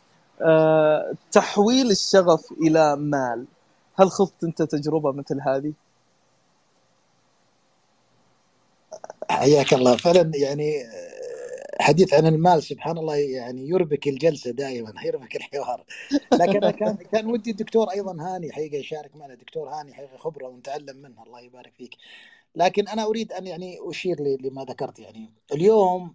تحويل الشغف إلى مال، هل خضت أنت تجربة مثل هذه؟ حياك الله. فعلا يعني الحديث عن المال سبحان الله يعني يربك الجلسة دائما، يربك الحوار. لكن أنا كان ودي الدكتور أيضا هاني حقيقة يشارك معنا. دكتور هاني حقيقة خبرة ونتعلم منها، الله يبارك فيك. لكن أنا أريد أن يعني أشير لما ذكرت. يعني اليوم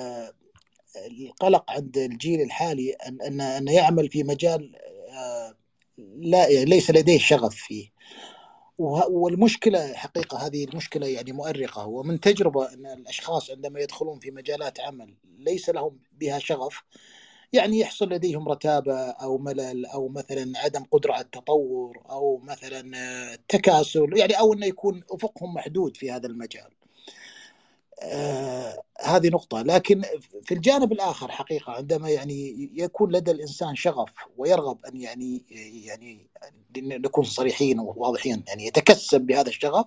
القلق عند الجيل الحالي أن يعمل في مجال لا يعني ليس لديه شغف فيه. والمشكلة حقيقة هذه المشكلة يعني مؤرقة، ومن تجربة أن الأشخاص عندما يدخلون في مجالات عمل ليس لهم بها شغف، يعني يحصل لديهم رتابة أو ملل أو مثلا عدم قدرة على التطور أو مثلا تكاسل، يعني أو أنه يكون أفقهم محدود في هذا المجال. هذه نقطة. لكن في الجانب الآخر حقيقة عندما يعني يكون لدى الإنسان شغف ويرغب أن يعني نكون صريحين وواضحين، يعني يتكسب بهذا الشغف،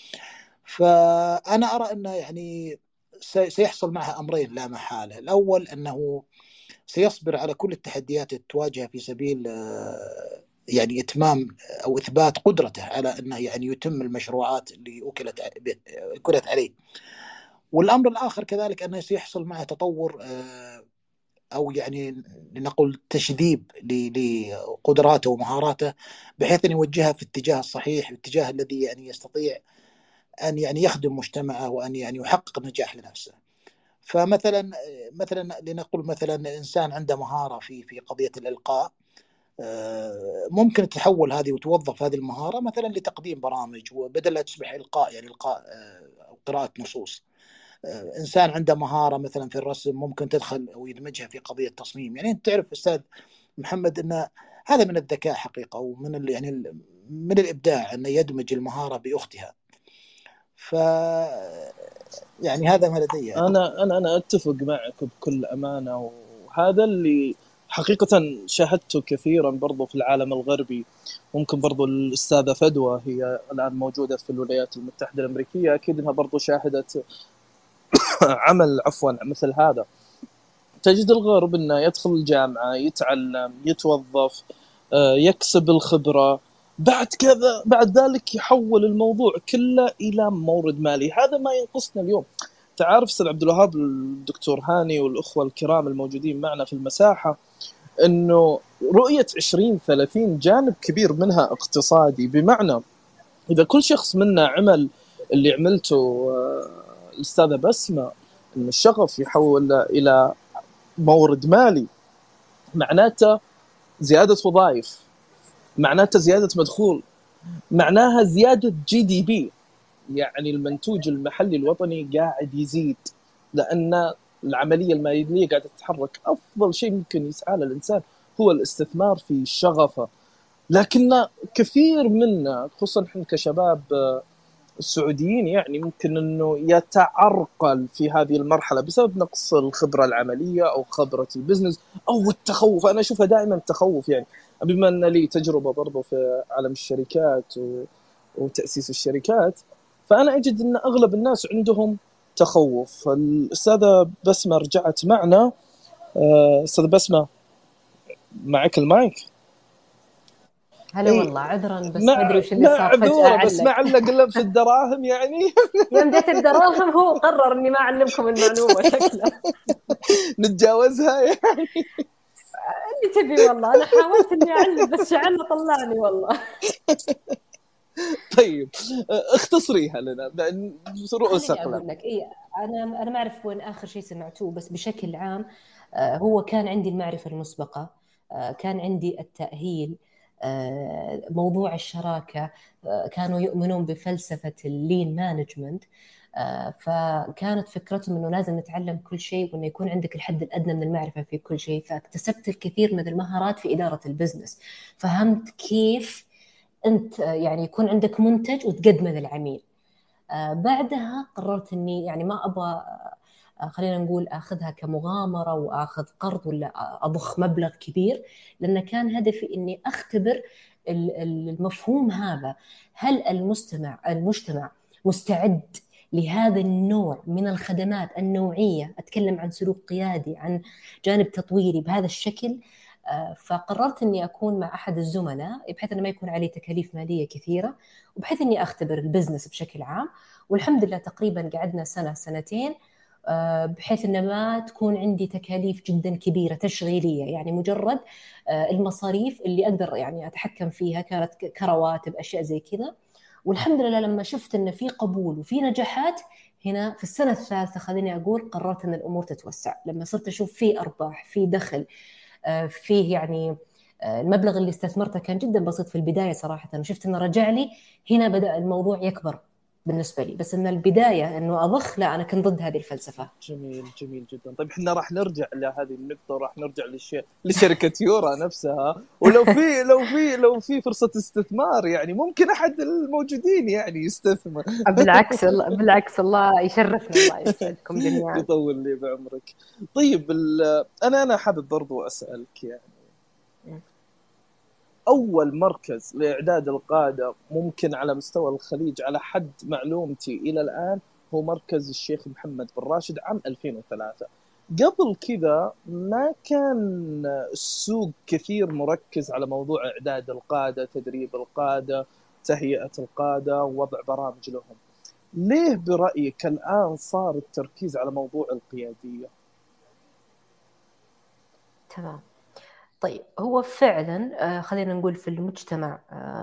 فأنا أرى أنه يعني سيحصل معها أمرين لا محالة. الأول أنه سيصبر على كل التحديات التواجه في سبيل يعني إتمام أو إثبات قدرته على أنه يعني يتم المشروعات اللي أكلت عليه. والأمر الآخر كذلك أنه سيحصل معه تطور أو يعني لنقول تشذيب لقدراته ومهاراته، بحيث أن يوجهها في الاتجاه الصحيح، الاتجاه الذي يعني يستطيع أن يعني يخدم مجتمعه وأن يعني يحقق نجاح لنفسه. فمثلا لنقول مثلا الإنسان عنده مهارة في قضية الإلقاء، ممكن تتحول هذه وتوظف هذه المهارة مثلا لتقديم برامج، وبدل لا تصبح إلقاء يعني إلقاء أو قراءة نصوص. إنسان عنده مهارة مثلا في الرسم، ممكن تدخل أو يدمجها في قضية تصميم. يعني أنت تعرف أستاذ محمد أن هذا من الذكاء حقيقة، ومن يعني من الإبداع أن يدمج المهارة بأختها. ف يعني هذا ما لدي يعني. أنا أتفق معك بكل أمانة، وهذا اللي حقيقة شاهدته كثيرا برضو في العالم الغربي. ممكن برضو الأستاذة فدوى هي الآن موجودة في الولايات المتحدة الأمريكية، أكيد أنها برضو شاهدت عمل مثل هذا. تجد الغرب أنه يدخل الجامعة، يتعلم، يتوظف، يكسب الخبرة، بعد ذلك يحول الموضوع كله إلى مورد مالي. هذا ما ينقصنا اليوم. تعرف أستاذ عبد الوهاب، الدكتور هاني والأخوة الكرام الموجودين معنا في المساحة، أنه رؤية 2030 جانب كبير منها اقتصادي، بمعنى إذا كل شخص منا عمل اللي عملته الأستاذة بسمة، أن الشغف يحول إلى مورد مالي، معناته زيادة وظائف، معناته زيادة مدخول، معناها زيادة GDP، يعني المنتوج المحلي الوطني قاعد يزيد، لأن العملية المالية قاعدة تتحرك. أفضل شيء ممكن يسعى الإنسان هو الاستثمار في شغفه. لكن كثير منا خصوصا نحن كشباب السعوديين يعني ممكن أنه يتعرقل في هذه المرحلة بسبب نقص الخبرة العملية أو خبرة البزنس أو التخوف. أنا أشوفها دائما التخوف، يعني بما أن لي تجربة برضو في عالم الشركات وتأسيس الشركات، فأنا أجد أن أغلب الناس عندهم تخوف. الأستاذة بسمة رجعت معنا. أستاذة بسمة معك المايك. هلا والله، عذرا بس ما ادري وش اللي صار فجأة بس ما علق في الدراهم يعني. يوم جت الدراهم هو قرر اني ما اعلمكم المعلومه شكله. نتجاوزها يعني. اللي تبي والله، انا حاولت اني اعلم بس شعلنا طلعني والله. طيب اختصريها لنا رؤوس اقلام. اقول لك انا ما اعرف وين اخر شيء سمعتوه، بس بشكل عام هو كان عندي المعرفه المسبقه، كان عندي التاهيل، موضوع الشراكه، كانوا يؤمنون بفلسفه اللين مانجمنت، فكانت فكرتهم انه لازم نتعلم كل شيء وانه يكون عندك الحد الادنى من المعرفه في كل شيء. فاكتسبت الكثير من المهارات في اداره البزنس، فهمت كيف انت يعني يكون عندك منتج وتقدمه للعميل. بعدها قررت اني يعني ما ابغى خلينا نقول اخذها كمغامره واخذ قرض ولا اضخ مبلغ كبير، لان كان هدفي اني اختبر المفهوم هذا. هل المجتمع مستعد لهذا النوع من الخدمات النوعيه؟ اتكلم عن سلوك قيادي، عن جانب تطويري بهذا الشكل. فقررت اني اكون مع احد الزملاء بحيث انه ما يكون علي تكاليف ماليه كثيره، وبحيث اني اختبر البزنس بشكل عام. والحمد لله تقريبا قعدنا سنه سنتين بحيث أن ما تكون عندي تكاليف جدا كبيرة تشغيلية، يعني مجرد المصاريف اللي أقدر يعني أتحكم فيها كانت كرواتب أشياء زي كذا. والحمد لله لما شفت أن في قبول وفي نجاحات هنا في السنة الثالثة، خليني أقول، قررت أن الأمور تتوسع لما صرت أشوف في أرباح، في دخل، فيه يعني المبلغ اللي استثمرته كان جدا بسيط في البداية صراحة، وشفت أنه رجع لي. هنا بدأ الموضوع يكبر بالنسبة لي، بس أن البداية أنه أضخ، لا، أنا كنت ضد هذه الفلسفة. جميل جميل جدا. طيب احنا راح نرجع لهذه النقطة وراح نرجع لشركة يورا نفسها، ولو في لو في فرصة استثمار يعني ممكن أحد الموجودين يعني يستثمر. بالعكس الله يشرفنا، الله يسعدكم جميعا. يطول لي بعمرك. طيب أنا حابب برضو أسألك يعني أول مركز لإعداد القادة ممكن على مستوى الخليج على حد معلومتي إلى الآن هو مركز الشيخ محمد بن راشد عام 2003. قبل كذا ما كان السوق كثير مركز على موضوع إعداد القادة، تدريب القادة، تهيئة القادة، ووضع برامج لهم. ليه برأيك الآن صار التركيز على موضوع القيادية؟ تمام. طيب هو فعلا خلينا نقول في المجتمع،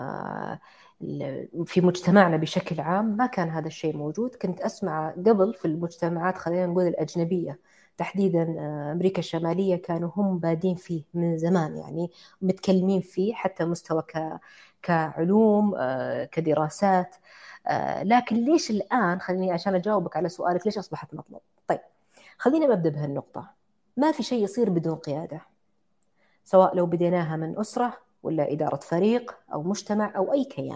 في مجتمعنا بشكل عام ما كان هذا الشيء موجود. كنت أسمع قبل في المجتمعات خلينا نقول الأجنبية تحديدا أمريكا الشمالية، كانوا هم بادين فيه من زمان، يعني متكلمين فيه حتى مستوى كعلوم، كدراسات. لكن ليش الآن، خليني عشان أجاوبك على سؤالك ليش أصبحت مطلب. طيب خلينا نبدأ بهالنقطة. ما في شيء يصير بدون قيادة، سواء لو بديناها من أسرة ولا إدارة فريق أو مجتمع أو أي كيان.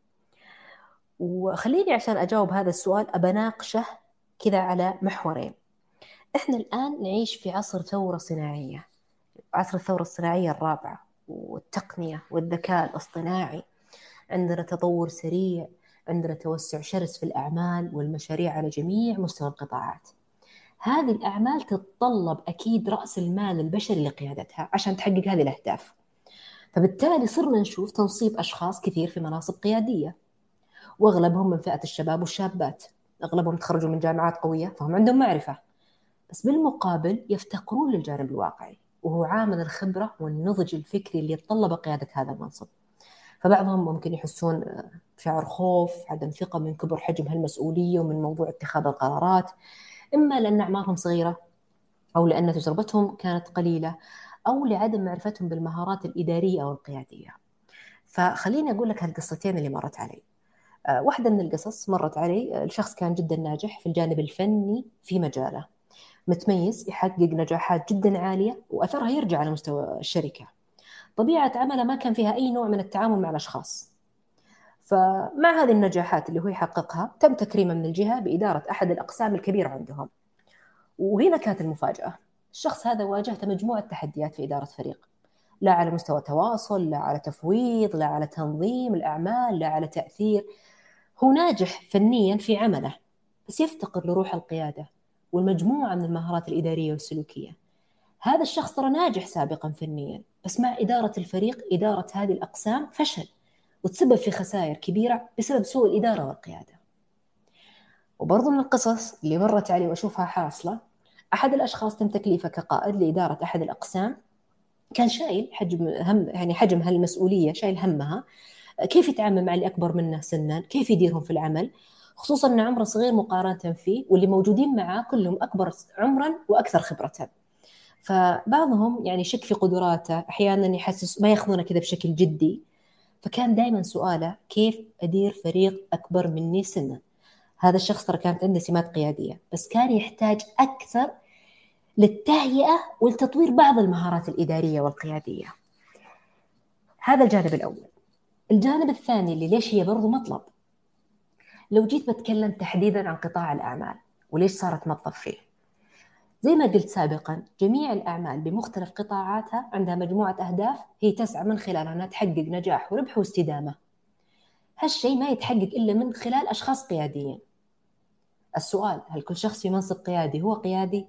وخليني عشان أجاوب هذا السؤال أبناقشه كذا على محورين. إحنا الآن نعيش في عصر ثورة صناعية، عصر الثورة الصناعية الرابعة، والتقنية والذكاء الاصطناعي. عندنا تطور سريع، عندنا توسع شرس في الأعمال والمشاريع على جميع مستوى القطاعات. هذه الأعمال تتطلب أكيد رأس المال البشري لقيادتها عشان تحقق هذه الأهداف. فبالتالي صرنا نشوف تنصيب أشخاص كثير في مناصب قيادية، وأغلبهم من فئة الشباب والشابات، أغلبهم تخرجوا من جامعات قوية فهم عندهم معرفة، بس بالمقابل يفتقرون للجانب الواقعي وهو عامل الخبرة والنضج الفكري اللي يتطلب قيادة هذا المنصب. فبعضهم ممكن يحسون بشعور خوف، عدم ثقة من كبر حجم هالمسؤولية ومن موضوع اتخاذ القرارات، إما لأن أعمارهم صغيرة، أو لأن تجربتهم كانت قليلة، أو لعدم معرفتهم بالمهارات الإدارية أو القيادية. فخليني أقول لك هالقصتين اللي مرت علي. واحدة من القصص مرت علي، الشخص كان جدا ناجح في الجانب الفني في مجاله، متميز، يحقق نجاحات جدا عالية وأثرها يرجع على مستوى الشركة. طبيعة عمله ما كان فيها أي نوع من التعامل مع الأشخاص. فمع هذه النجاحات اللي هو يحققها تم تكريمه من الجهة بإدارة أحد الأقسام الكبيرة عندهم. وهنا كانت المفاجأة، الشخص هذا واجهته مجموعة تحديات في إدارة فريق، لا على مستوى تواصل، لا على تفويض، لا على تنظيم الأعمال، لا على تأثير. هو ناجح فنيا في عمله بس يفتقر لروح القيادة والمجموعة من المهارات الإدارية والسلوكية. هذا الشخص ترى ناجح سابقا فنيا، بس مع إدارة الفريق، إدارة هذه الأقسام، فشل وتسبب في خسائر كبيرة بسبب سوء الإدارة والقيادة. وبرضو من القصص اللي مرت علي وأشوفها حاصلة، أحد الأشخاص تم تكليفه كقائد لإدارة أحد الأقسام، كان شايل حجم هالمسؤولية، شايل همها، كيف يتعامل مع اللي أكبر منه سنا، كيف يديرهم في العمل، خصوصا أن عمره صغير مقارنة فيه، واللي موجودين معاه كلهم أكبر عمرا وأكثر خبرة. فبعضهم يعني شك في قدراته، أحيانا يحسس ما يأخذونه كذا بشكل جدي. فكان دائما سؤاله كيف أدير فريق أكبر مني سنا. هذا الشخص ترى كانت عنده سمات قيادية، بس كان يحتاج أكثر للتهيئة والتطوير بعض المهارات الإدارية والقيادية. هذا الجانب الأول. الجانب الثاني اللي ليش هي برضو مطلب، لو جيت بتكلم تحديدا عن قطاع الأعمال وليش صارت مطلب فيه. زي ما قلت سابقا، جميع الأعمال بمختلف قطاعاتها عندها مجموعة أهداف هي تسعى من خلالها أنها تحقق نجاح وربح واستدامة. هالشيء ما يتحقق إلا من خلال أشخاص قياديين. السؤال، هل كل شخص في منصب قيادي هو قيادي؟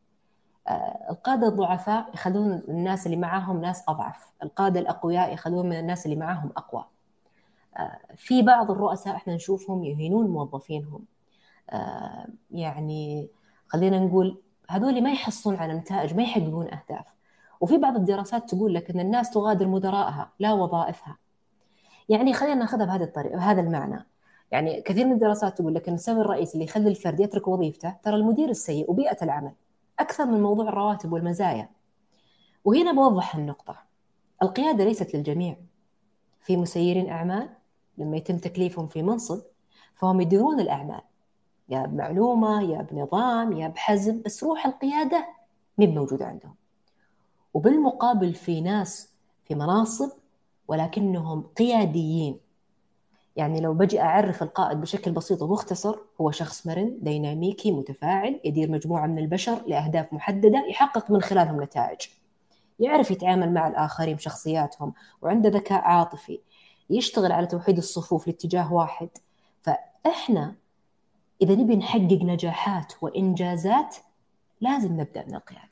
القادة الضعفاء يخلون الناس اللي معاهم ناس أضعف، القادة الأقوياء يخلون من الناس اللي معاهم أقوى. في بعض الرؤساء احنا نشوفهم يهينون موظفينهم، يعني خلينا نقول هذول ما يحصلون على نتائج، ما يحققون أهداف. وفي بعض الدراسات تقول لك أن الناس تغادر مدراءها لا وظائفها. يعني خلينا ناخذها بهذه الطريقة، بهذا المعنى. يعني كثير من الدراسات تقول لك أن السبب الرئيسي اللي يخلي الفرد يترك وظيفته ترى المدير السيء وبيئة العمل، أكثر من موضوع الرواتب والمزايا. وهنا بوضح النقطة، القيادة ليست للجميع. في مسيرين أعمال لما يتم تكليفهم في منصب فهم يديرون الأعمال، يا بمعلومة يا بنظام يا بحزم، بس روح القيادة مين موجودة عندهم. وبالمقابل في ناس في مناصب ولكنهم قياديين. يعني لو بجي أعرف القائد بشكل بسيط ومختصر، هو شخص مرن ديناميكي متفاعل، يدير مجموعة من البشر لأهداف محددة، يحقق من خلالهم نتائج، يعرف يتعامل مع الآخرين بشخصياتهم، وعنده ذكاء عاطفي، يشتغل على توحيد الصفوف لاتجاه واحد. فإحنا إذا نبي نحقق نجاحات وإنجازات لازم نبدأ من القيادة.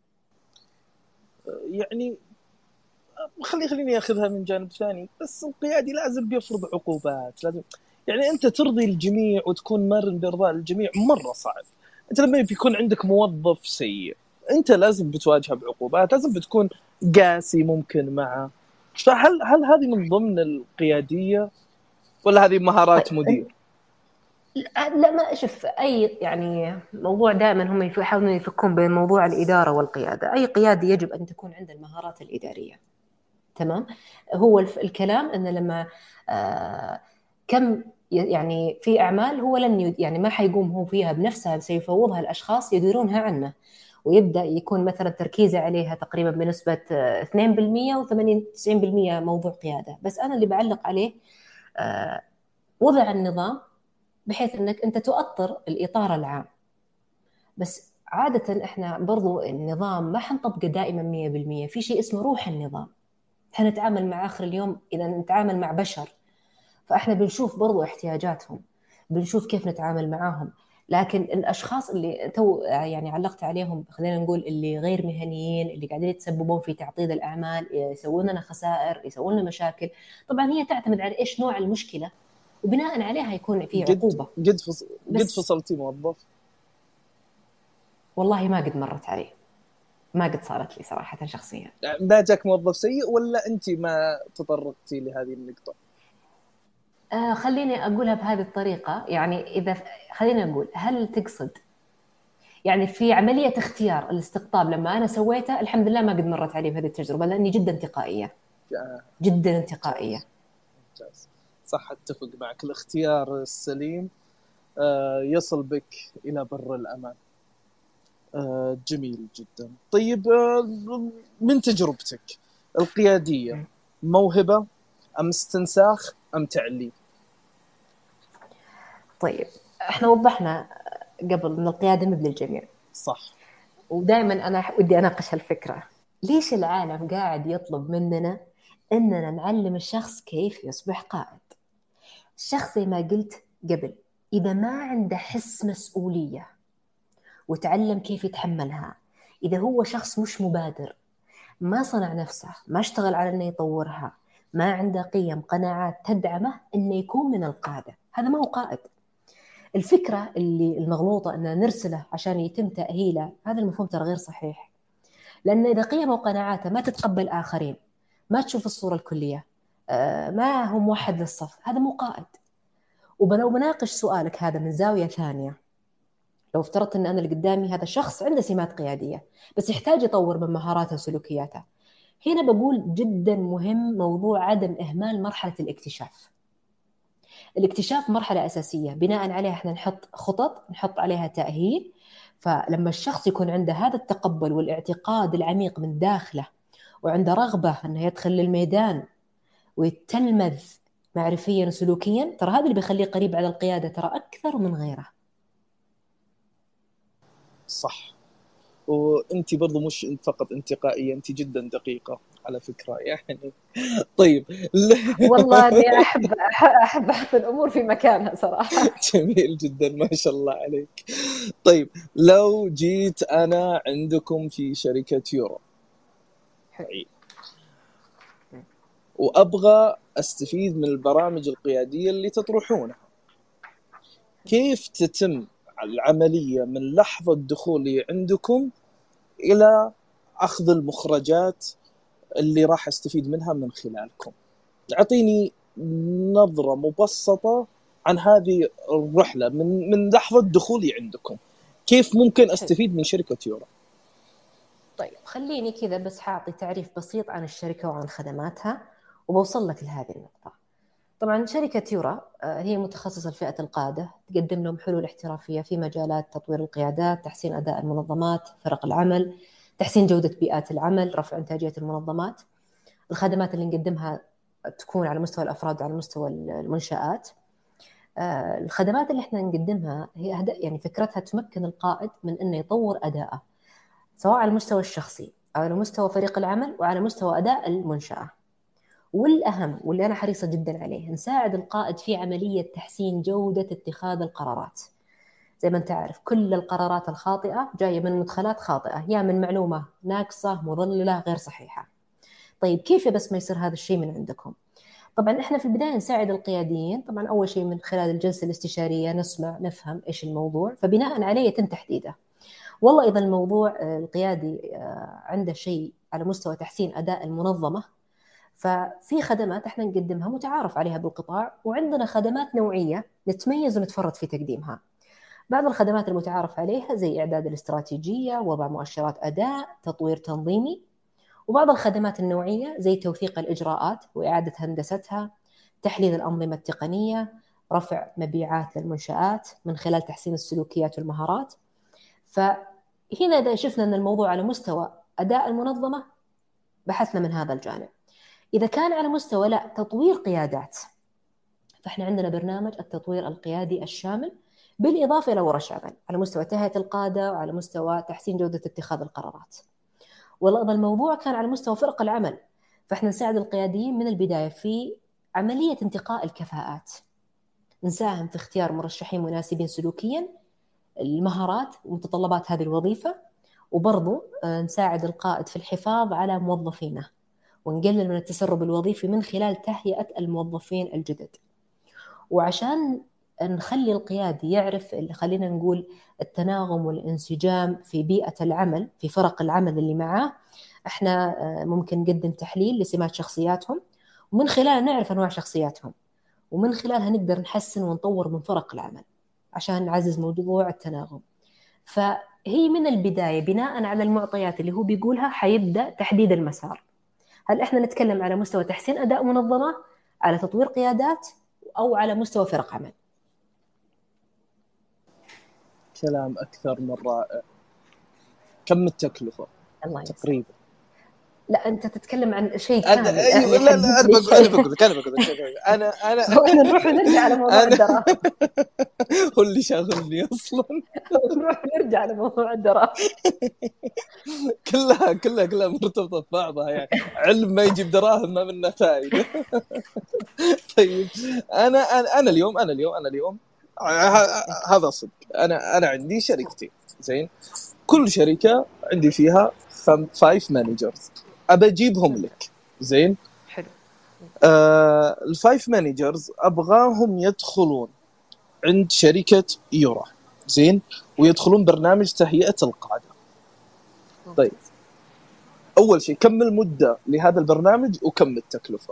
يعني خليني أخذها من جانب ثاني، بس القيادي لازم بيفرض عقوبات، لازم يعني أنت ترضي الجميع وتكون مرن بإرضاء الجميع مرة صعب. أنت لما بيكون عندك موظف سيء أنت لازم بتواجهه بعقوبات، لازم بتكون قاسي ممكن معه. فهل هذه من ضمن القيادية ولا هذه مهارات مدير؟ لا، ما أشوف أي يعني موضوع دائما هم يحاولون يفكون بين موضوع الإدارة والقيادة. أي قيادي يجب أن تكون عنده المهارات الإدارية، تمام. هو الكلام أن لما كم يعني في أعمال هو لن يعني ما حيقوم هو فيها بنفسها، سيفوضها الأشخاص يديرونها عنه، ويبدأ يكون مثلا تركيزه عليها تقريبا بنسبة 2% و90% موضوع قيادة. بس أنا اللي بعلق عليه وضع النظام بحيث أنك أنت تؤطر الإطار العام. بس عادة إحنا برضو النظام ما حنطبقه دائما 100%. في شيء اسمه روح النظام. إحنا نتعامل مع آخر اليوم إذا نتعامل مع بشر، فإحنا بنشوف برضو احتياجاتهم، بنشوف كيف نتعامل معاهم. لكن الأشخاص اللي يعني علقت عليهم، خلينا نقول اللي غير مهنيين، اللي قاعدين يتسببون في تعطيل الأعمال، يسوون لنا خسائر، يسوون لنا مشاكل، طبعا هي تعتمد على إيش نوع المشكلة، وبناء عليها يكون في عقوبة. قد فصلتي موظف؟ والله ما قد مرت علي، ما قد صارت لي صراحة شخصيا. ما جاك موظف سيء ولا أنت ما تطرقتي لهذه النقطة؟ خليني أقولها بهذه الطريقة. يعني إذا خلينا نقول، هل تقصد يعني في عملية اختيار الاستقطاب لما أنا سويتها؟ الحمد لله ما قد مرت علي بهذه التجربة، لأني جدا انتقائية، جدا انتقائية. ممتاز. صح، أتفق معك. الاختيار السليم يصل بك إلى بر الأمان. جميل جدا. طيب، من تجربتك القيادية، موهبة أم استنساخ أم تعليم؟ طيب، احنا وضحنا قبل ان القيادة مبنى للجميع، صح. ودائما انا ودي اناقش الفكرة، ليش العالم قاعد يطلب مننا اننا نعلم الشخص كيف يصبح قائد؟ الشخص زي ما قلت قبل، اذا ما عنده حس مسؤولية وتعلم كيف يتحملها، اذا هو شخص مش مبادر، ما صنع نفسه، ما اشتغل على انه يطورها، ما عنده قيم قناعات تدعمه انه يكون من القادة، هذا ما هو قائد. الفكرة اللي المغلوطة أننا نرسله عشان يتم تأهيله، هذا المفهوم ترى غير صحيح. لأن إذا قيمه وقناعاته ما تتقبل آخرين، ما تشوف الصورة الكلية، ما هو موحد للصف، هذا مو قائد. ولو بناقش سؤالك هذا من زاوية ثانية، لو افترضت أن أنا اللي قدامي هذا شخص عنده سمات قيادية بس يحتاج يطور من مهاراته وسلوكياته، هنا بقول جدا مهم موضوع عدم إهمال مرحلة الاكتشاف. الاكتشاف مرحلة أساسية، بناء عليها احنا نحط خطط، نحط عليها تأهيل. فلما الشخص يكون عنده هذا التقبل والاعتقاد العميق من داخله، وعنده رغبة أنه يدخل للميدان ويتلمذ معرفيا وسلوكيا، ترى هذا اللي بيخليه قريب على القيادة ترى أكثر من غيره. صح. وانت برضو مش فقط انتقائية، انت جدا دقيقة على فكرة يعني. طيب. والله اني احب احط الامور في مكانها صراحة. جميل جدا، ما شاء الله عليك. طيب، لو جيت انا عندكم في شركة يورو وابغى استفيد من البرامج القيادية اللي تطرحونها، كيف تتم العملية من لحظة دخولي عندكم إلى أخذ المخرجات اللي راح أستفيد منها من خلالكم. أعطيني نظرة مبسطة عن هذه الرحلة من لحظة دخولي عندكم، كيف ممكن أستفيد من شركة يورا؟ طيب خليني كذا بس حاعطي تعريف بسيط عن الشركة وعن خدماتها وبوصل لك لهذه النقطة. طبعا شركة يورا هي متخصصة لفئة القادة، تقدم لهم حلول احترافية في مجالات تطوير القيادات، تحسين أداء المنظمات، فرق العمل، تحسين جودة بيئات العمل، رفع إنتاجية المنظمات. الخدمات اللي نقدمها تكون على مستوى الأفراد وعلى مستوى المنشآت. الخدمات اللي احنا نقدمها هي يعني فكرتها تمكن القائد من أنه يطور أداءه سواء على المستوى الشخصي أو على مستوى فريق العمل وعلى مستوى أداء المنشأة. والأهم واللي أنا حريصة جدا عليه، نساعد القائد في عملية تحسين جودة اتخاذ القرارات. زي ما أنت عارف كل القرارات الخاطئة جاية من مدخلات خاطئة، يا من معلومة ناقصة مضللة غير صحيحة. طيب كيف بس ما يصير هذا الشيء من عندكم؟ طبعا إحنا في البداية نساعد القياديين، طبعا أول شيء من خلال الجلسة الاستشارية نسمع نفهم إيش الموضوع، فبناء عليه يتم تحديده. والله إذا الموضوع القيادي عنده شيء على مستوى تحسين أداء المنظمة، ففي خدمات احنا نقدمها متعارف عليها بالقطاع، وعندنا خدمات نوعية نتميز ونتفرد في تقديمها. بعض الخدمات المتعارف عليها زي إعداد الاستراتيجية، وضع مؤشرات أداء، تطوير تنظيمي. وبعض الخدمات النوعية زي توثيق الإجراءات وإعادة هندستها، تحليل الأنظمة التقنية، رفع مبيعات للمنشآت من خلال تحسين السلوكيات والمهارات. فهنا إذا شفنا أن الموضوع على مستوى أداء المنظمة بحثنا من هذا الجانب. إذا كان على مستوى لا تطوير قيادات، فإحنا عندنا برنامج التطوير القيادي الشامل، بالإضافة إلى ورش عمل على مستوى تهيئة القادة وعلى مستوى تحسين جودة اتخاذ القرارات. والله الموضوع كان على مستوى فرق العمل، فإحنا نساعد القياديين من البداية في عملية انتقاء الكفاءات، نساهم في اختيار مرشحين مناسبين سلوكيا المهارات ومتطلبات هذه الوظيفة، وبرضو نساعد القائد في الحفاظ على موظفينه ونقلل من التسرب الوظيفي من خلال تهيئة الموظفين الجدد. وعشان نخلي القيادي يعرف اللي خلينا نقول التناغم والانسجام في بيئة العمل في فرق العمل اللي معاه، احنا ممكن نقدم تحليل لسمات شخصياتهم، ومن خلال نعرف أنواع شخصياتهم، ومن خلالها نقدر نحسن ونطور من فرق العمل عشان نعزز موضوع التناغم. فهي من البداية بناء على المعطيات اللي هو بيقولها حيبدأ تحديد المسار. هل إحنا نتكلم على مستوى تحسين أداء منظمة، على تطوير قيادات، أو على مستوى فرق عمل؟ كلام أكثر من رائع. كم التكلفة تقريبا؟ لا أنت تتكلم عن شيء كامل. يعني لا أنا بقول لك أنا وإحنا نروح ونرجع على موضوع الدراهم. هو اللي شاغلني أصلا. نروح ونرجع على موضوع الدراهم. كلها مرتبطة ببعضها، يعني علم ما يجيب دراهم ما منه فائدة. طيب أنا اليوم هذا صدق. أنا عندي شركتي، زين. كل شركة عندي فيها 5 مانجرز أبى أجيبهم لك، زين. حلو. ال5 مانجرز أبغاهم يدخلون عند شركة يورا، زين، ويدخلون برنامج تهيئة القادة. طيب أول شيء كم المدة لهذا البرنامج وكم التكلفة؟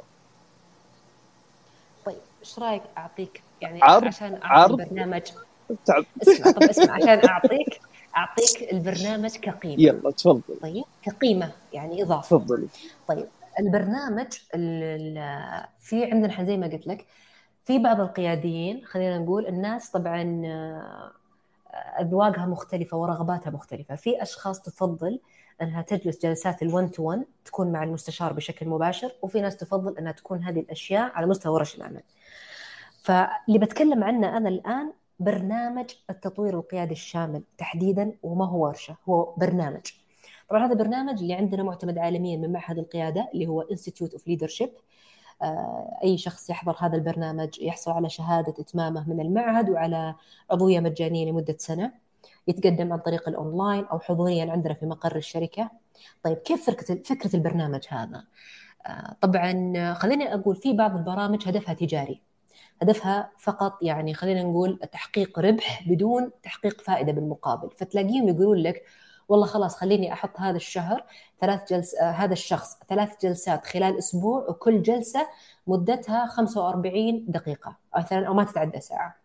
طيب إيش رأيك أعطيك يعني عشان عرض البرنامج اسمع عشان أعطيك البرنامج كقيمة. يلا تفضل. طيب كقيمة يعني إضافة. تفضل. طيب البرنامج في عندنا زي ما قلت لك في بعض القياديين، خلينا نقول الناس طبعا أذواقها مختلفة ورغباتها مختلفة. في أشخاص تفضل أنها تجلس جلسات ال1 to 1 تكون مع المستشار بشكل مباشر، وفي ناس تفضل أنها تكون هذه الأشياء على مستوى ورش العمل. فاللي بتكلم عنه أنا الآن برنامج التطوير القيادي الشامل تحديدا، وما هو ورشة، هو برنامج. طبعا هذا برنامج اللي عندنا معتمد عالميا من معهد القيادة اللي هو Institute of Leadership. أي شخص يحضر هذا البرنامج يحصل على شهادة إتمامه من المعهد وعلى عضوية مجانية لمدة سنة، يتقدم عن طريق الأونلاين أو حضوريا عندنا في مقر الشركة. طيب كيف فكرة البرنامج هذا؟ طبعا خليني أقول في بعض البرامج هدفها تجاري، هدفها فقط يعني خلينا نقول تحقيق ربح بدون تحقيق فائدة بالمقابل. فتلاقيهم يقولون لك والله خلاص خليني أحط هذا الشهر هذا الشخص 3 جلسات خلال أسبوع، وكل جلسة مدتها 45 دقيقة مثلا أو ما تتعدى ساعة.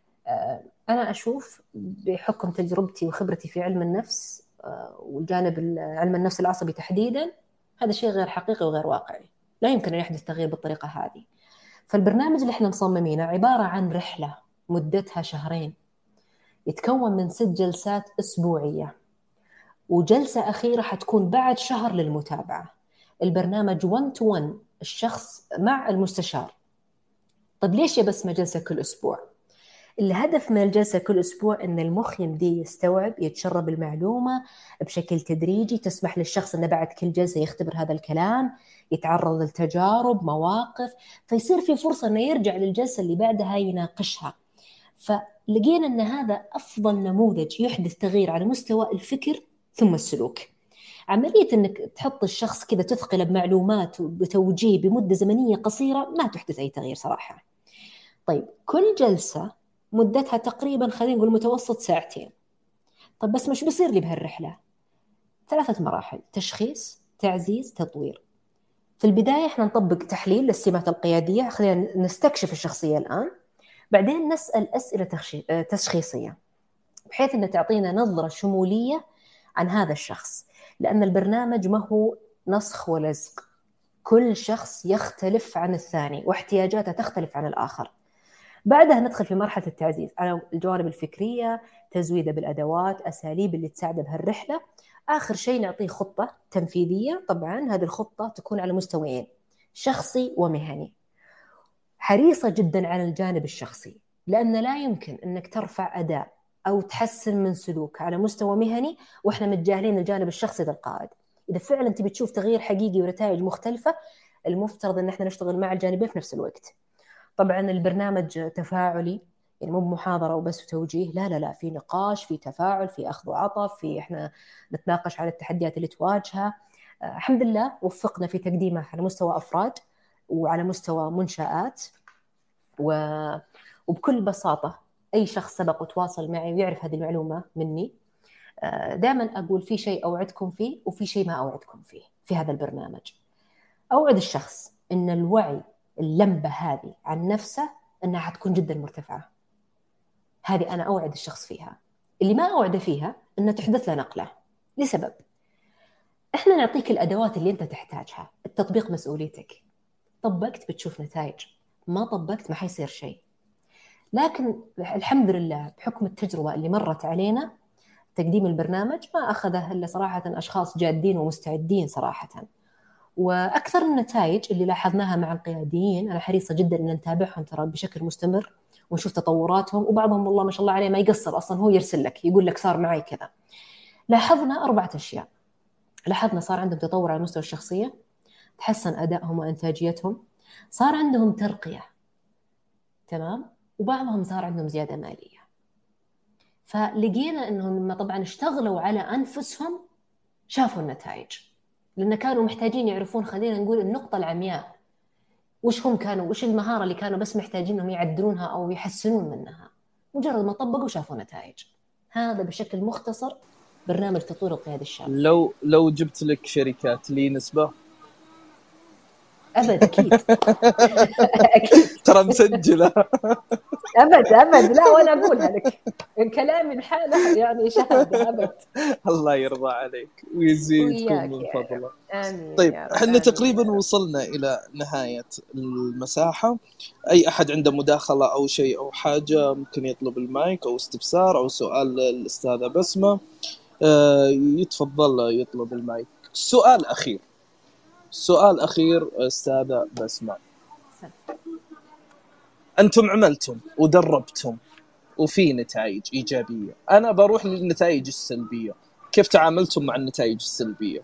أنا أشوف بحكم تجربتي وخبرتي في علم النفس والجانب علم النفس العصبي تحديدا، هذا شيء غير حقيقي وغير واقعي، لا يمكن أن يحدث تغيير بالطريقة هذه. فالبرنامج اللي احنا مصممينه عبارة عن رحلة مدتها 2 شهر، يتكون من 6 جلسات أسبوعية، وجلسة أخيرة حتكون بعد 1 شهر للمتابعة. البرنامج 1 to 1 الشخص مع المستشار. طب ليش يا بس ما جلسة كل أسبوع؟ الهدف من الجلسة كل أسبوع إن المخ يمدي يستوعب يتشرب المعلومة بشكل تدريجي، تسمح للشخص إنه بعد كل جلسة يختبر هذا الكلام، يتعرض لتجارب مواقف، فيصير في فرصة إنه يرجع للجلسة اللي بعدها يناقشها. فلقينا إن هذا أفضل نموذج يحدث تغيير على مستوى الفكر ثم السلوك. عملية إنك تحط الشخص كذا تثقله بمعلومات وبتوجيه بمدة زمنية قصيرة ما تحدث أي تغيير صراحة. طيب كل جلسة مدتها تقريبا خلينا نقول متوسط 2 ساعة. طب بس مش بيصير لي بهالرحلة؟ 3 مراحل: تشخيص، تعزيز، تطوير. في البداية احنا نطبق تحليل للسمات القيادية، خلينا نستكشف الشخصية الآن. بعدين نسأل أسئلة تشخيصية بحيث أن تعطينا نظرة شمولية عن هذا الشخص، لأن البرنامج ما هو نسخ ولزق، كل شخص يختلف عن الثاني واحتياجاته تختلف عن الآخر. بعدها ندخل في مرحلة التعزيز على الجوانب الفكرية، تزويده بالأدوات، أساليب اللي تساعده بهالرحلة. آخر شيء نعطيه خطة تنفيذية. طبعا هذه الخطة تكون على مستويين: شخصي ومهني. حريصة جدا على الجانب الشخصي، لأن لا يمكن أنك ترفع أداء أو تحسن من سلوك على مستوى مهني وإحنا متجاهلين الجانب الشخصي للقائد. إذا فعلا تبي تشوف تغيير حقيقي ونتائج مختلفة، المفترض أن احنا نشتغل مع الجانبين في نفس الوقت. طبعا البرنامج تفاعلي، يعني مو محاضرة وبس وتوجيه، لا، في نقاش، في تفاعل، في أخذ وعطف، في إحنا نتناقش على التحديات اللي تواجهها. الحمد لله وفقنا في تقديمه على مستوى أفراد وعلى مستوى منشآت. وبكل بساطة أي شخص سبق وتواصل معي ويعرف هذه المعلومة مني، دائما أقول في شيء أوعدكم فيه وفي شيء ما أوعدكم فيه في هذا البرنامج. أوعد الشخص إن الوعي اللمبة هذه عن نفسه أنها حتكون جدا مرتفعة، هذه أنا أوعد الشخص فيها. اللي ما أوعد فيها أنه تحدث له نقلة لسبب: إحنا نعطيك الأدوات اللي أنت تحتاجها، التطبيق مسؤوليتك. طبقت بتشوف نتائج، ما طبقت ما حيصير شيء. لكن الحمد لله بحكم التجربة اللي مرت علينا تقديم البرنامج ما أخذه إلا صراحة أشخاص جادين ومستعدين صراحة. وأكثر النتائج اللي لاحظناها مع القياديين، أنا حريصة جدا أن نتابعهم ترى بشكل مستمر ونشوف تطوراتهم، وبعضهم والله ما شاء الله عليه ما يقصر أصلا، هو يرسل لك يقول لك صار معي كذا. لاحظنا 4 أشياء. لاحظنا صار عندهم تطور على مستوى الشخصية، تحسن أدائهم وإنتاجيتهم، صار عندهم ترقية، تمام، وبعضهم صار عندهم زيادة مالية. فلقينا أنهم لما طبعا اشتغلوا على أنفسهم شافوا النتائج، لأن كانوا محتاجين يعرفون خلينا نقول النقطة العمياء، وش المهارة اللي كانوا بس محتاجين أنهم يعدلونها أو يحسنون منها. مجرد ما طبقوا شافوا نتائج. هذا بشكل مختصر برنامج تطوير القيادة الشاب. لو جبت لك شركات لي نسبة؟ أبد أكيد. أكيد ترى مسجلة. أبد لا، وأنا أقولها لك كلامي الحالة يعني شهادة أبد. الله يرضى عليك ويزيدكم من فضله. طيب احنا تقريبا وصلنا إلى نهاية المساحة. أي أحد عنده مداخلة أو شيء أو حاجة ممكن يطلب المايك أو استفسار أو سؤال للأستاذة بسمة، يتفضل يطلب المايك. سؤال أخير أستاذة بسمة، أنتم عملتم ودربتم وفي نتائج إيجابية، أنا بروح للنتائج السلبية. كيف تعاملتم مع النتائج السلبية؟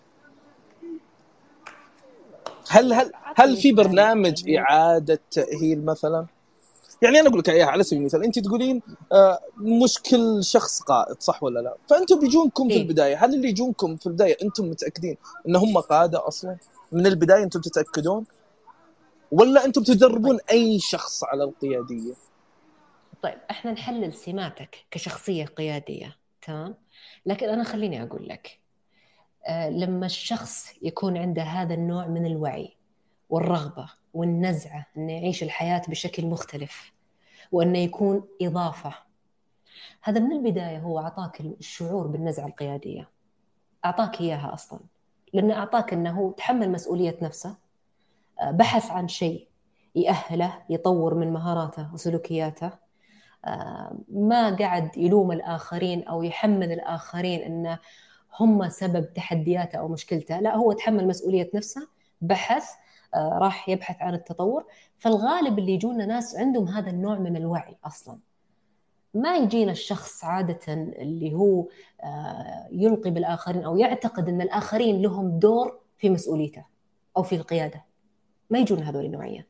هل في برنامج إعادة تأهيل مثلا؟ يعني أنا أقول لك على سبيل المثال، أنت تقولين مش كل شخص قائد، صح ولا لا؟ فأنتم بيجونكم في البداية، هل اللي يجونكم في البداية أنتم متأكدين إن هم قادة أصلا من البداية؟ أنتم تتأكدون؟ ولا أنتم تدربون أي شخص على القيادية؟ طيب احنا نحلل سماتك كشخصية قيادية، تمام، لكن أنا خليني أقول لك، لما الشخص يكون عنده هذا النوع من الوعي والرغبة والنزعة أنه يعيش الحياة بشكل مختلف وأنه يكون إضافة، هذا من البداية هو أعطاك الشعور بالنزعة القيادية، أعطاك إياها أصلا، لأنه أعطاك أنه تحمل مسؤولية نفسه، بحث عن شيء يأهله يطور من مهاراته وسلوكياته، ما قاعد يلوم الآخرين أو يحمل الآخرين أنه هم سبب تحدياته أو مشكلته، لا، هو تحمل مسؤولية نفسه، بحث، راح يبحث عن التطور. فالغالب اللي يجونا ناس عندهم هذا النوع من الوعي أصلا. ما يجينا الشخص عادة اللي هو يلقي بالآخرين أو يعتقد أن الآخرين لهم دور في مسؤوليته أو في القيادة، ما يجونا هذول النوعية.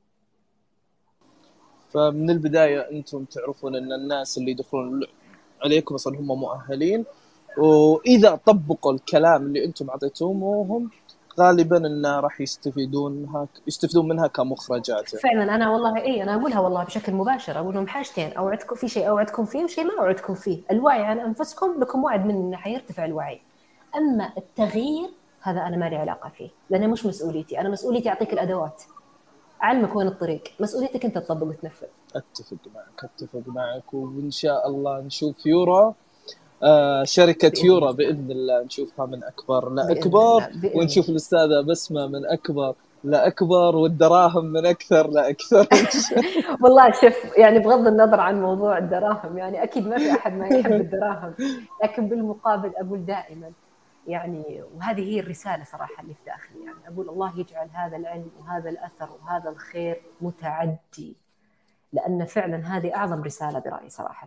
فمن البداية أنتم تعرفون أن الناس اللي يدخلون عليكم أصلا هم مؤهلين، وإذا طبقوا الكلام اللي أنتم عطيتوهم غالبا أنه راح يستفيدون منها كمخرجات. فعلا أنا والله أنا أقولها والله بشكل مباشر، أقول لهم حاجتين: أوعدكم في شيء أوعدكم فيه وشيء ما أوعدكم فيه. الوعي عن أنفسكم، لكم وعد مني أنه حيرتفع الوعي. أما التغيير هذا أنا ما لي علاقة فيه، لأنه مش مسؤوليتي. أنا مسؤوليتي أعطيك الأدوات، أعلمك وين الطريق، مسؤوليتك أنت تطبق وتنفذ. أتفق معك وإن شاء الله نشوف يورا، شركة يورا بإذن الله نشوفها من أكبر لأكبر، ونشوف الأستاذة بسمة من أكبر لأكبر، والدراهم من أكثر لأكثر. والله شوف، يعني بغض النظر عن موضوع الدراهم، يعني أكيد ما في أحد ما يحب الدراهم، لكن بالمقابل أقول دائما يعني، وهذه هي الرسالة صراحة اللي في داخلي، يعني أقول الله يجعل هذا العلم وهذا الأثر وهذا الخير متعدي، لأن فعلا هذه أعظم رسالة برأيي صراحة.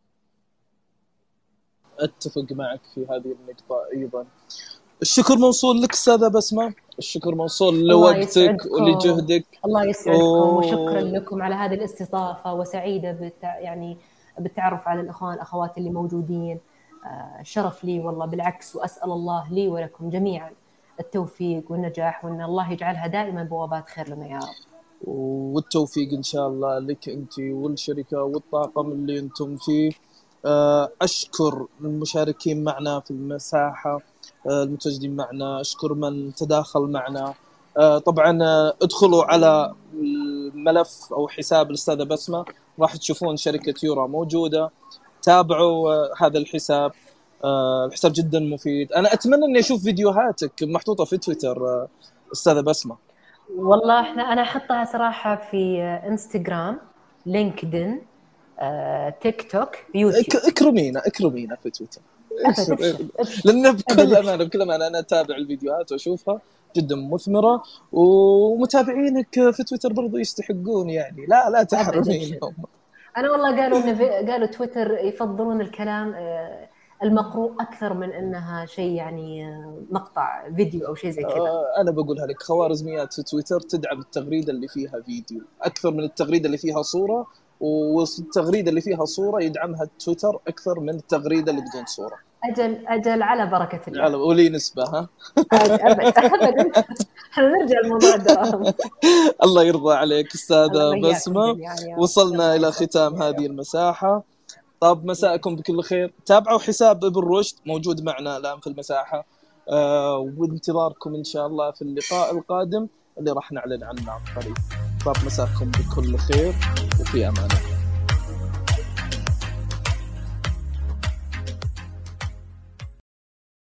أتفق معك في هذه النقطة أيضا. الشكر موصول لك أستاذة بسمة، الشكر موصول لوقتك ولجهدك. الله يسعدكم وشكرا لكم على هذه الاستضافة، وسعيدة يعني بالتعرف على الأخوان والأخوات اللي موجودين. شرف لي والله، بالعكس، وأسأل الله لي ولكم جميعا التوفيق والنجاح، وأن الله يجعلها دائما بوابات خير لنا يا رب. والتوفيق إن شاء الله لك أنت والشركة والطاقم اللي أنتم فيه. أشكر المشاركين معنا في المساحة، المتواجدين معنا، أشكر من تداخل معنا. طبعا ادخلوا على الملف أو حساب الأستاذة بسمة، راح تشوفون شركة يورا موجودة، تابعوا هذا الحساب. الحساب جدا مفيد. أنا أتمنى أني أشوف فيديوهاتك محطوطة في تويتر أستاذة بسمة. والله أنا أحطها صراحة في إنستغرام، لينكدين، تيك توك، يوتيوب. اكرمينا في تويتر، لأن بكل أمانة أنا أتابع الفيديوهات وأشوفها جدا مثمرة، ومتابعينك في تويتر برضو يستحقون، يعني لا تحرمينهم. أنا والله قالوا تويتر يفضلون الكلام المقروء أكثر من أنها شيء يعني مقطع فيديو أو شيء زي كذا. أنا بقولها لك، خوارزميات في تويتر تدعم التغريدة اللي فيها فيديو أكثر من التغريدة اللي فيها صورة، والتغريدة اللي فيها صورة يدعمها تويتر أكثر من التغريدة اللي بدون صورة. أجل على بركة الله. ولي نسبة ها؟ أبد نرجع لموضوع الدراهم. الله يرضى عليك أستاذة بسمة. وصلنا إلى ختام هذه المساحة. طب مساءكم بكل خير. تابعوا حساب ابن رشد موجود معنا الآن في المساحة، وانتظاركم إن شاء الله في اللقاء القادم اللي راح نعلن عنه عن قريب. طب مساءكم بكل خير وفي أمان.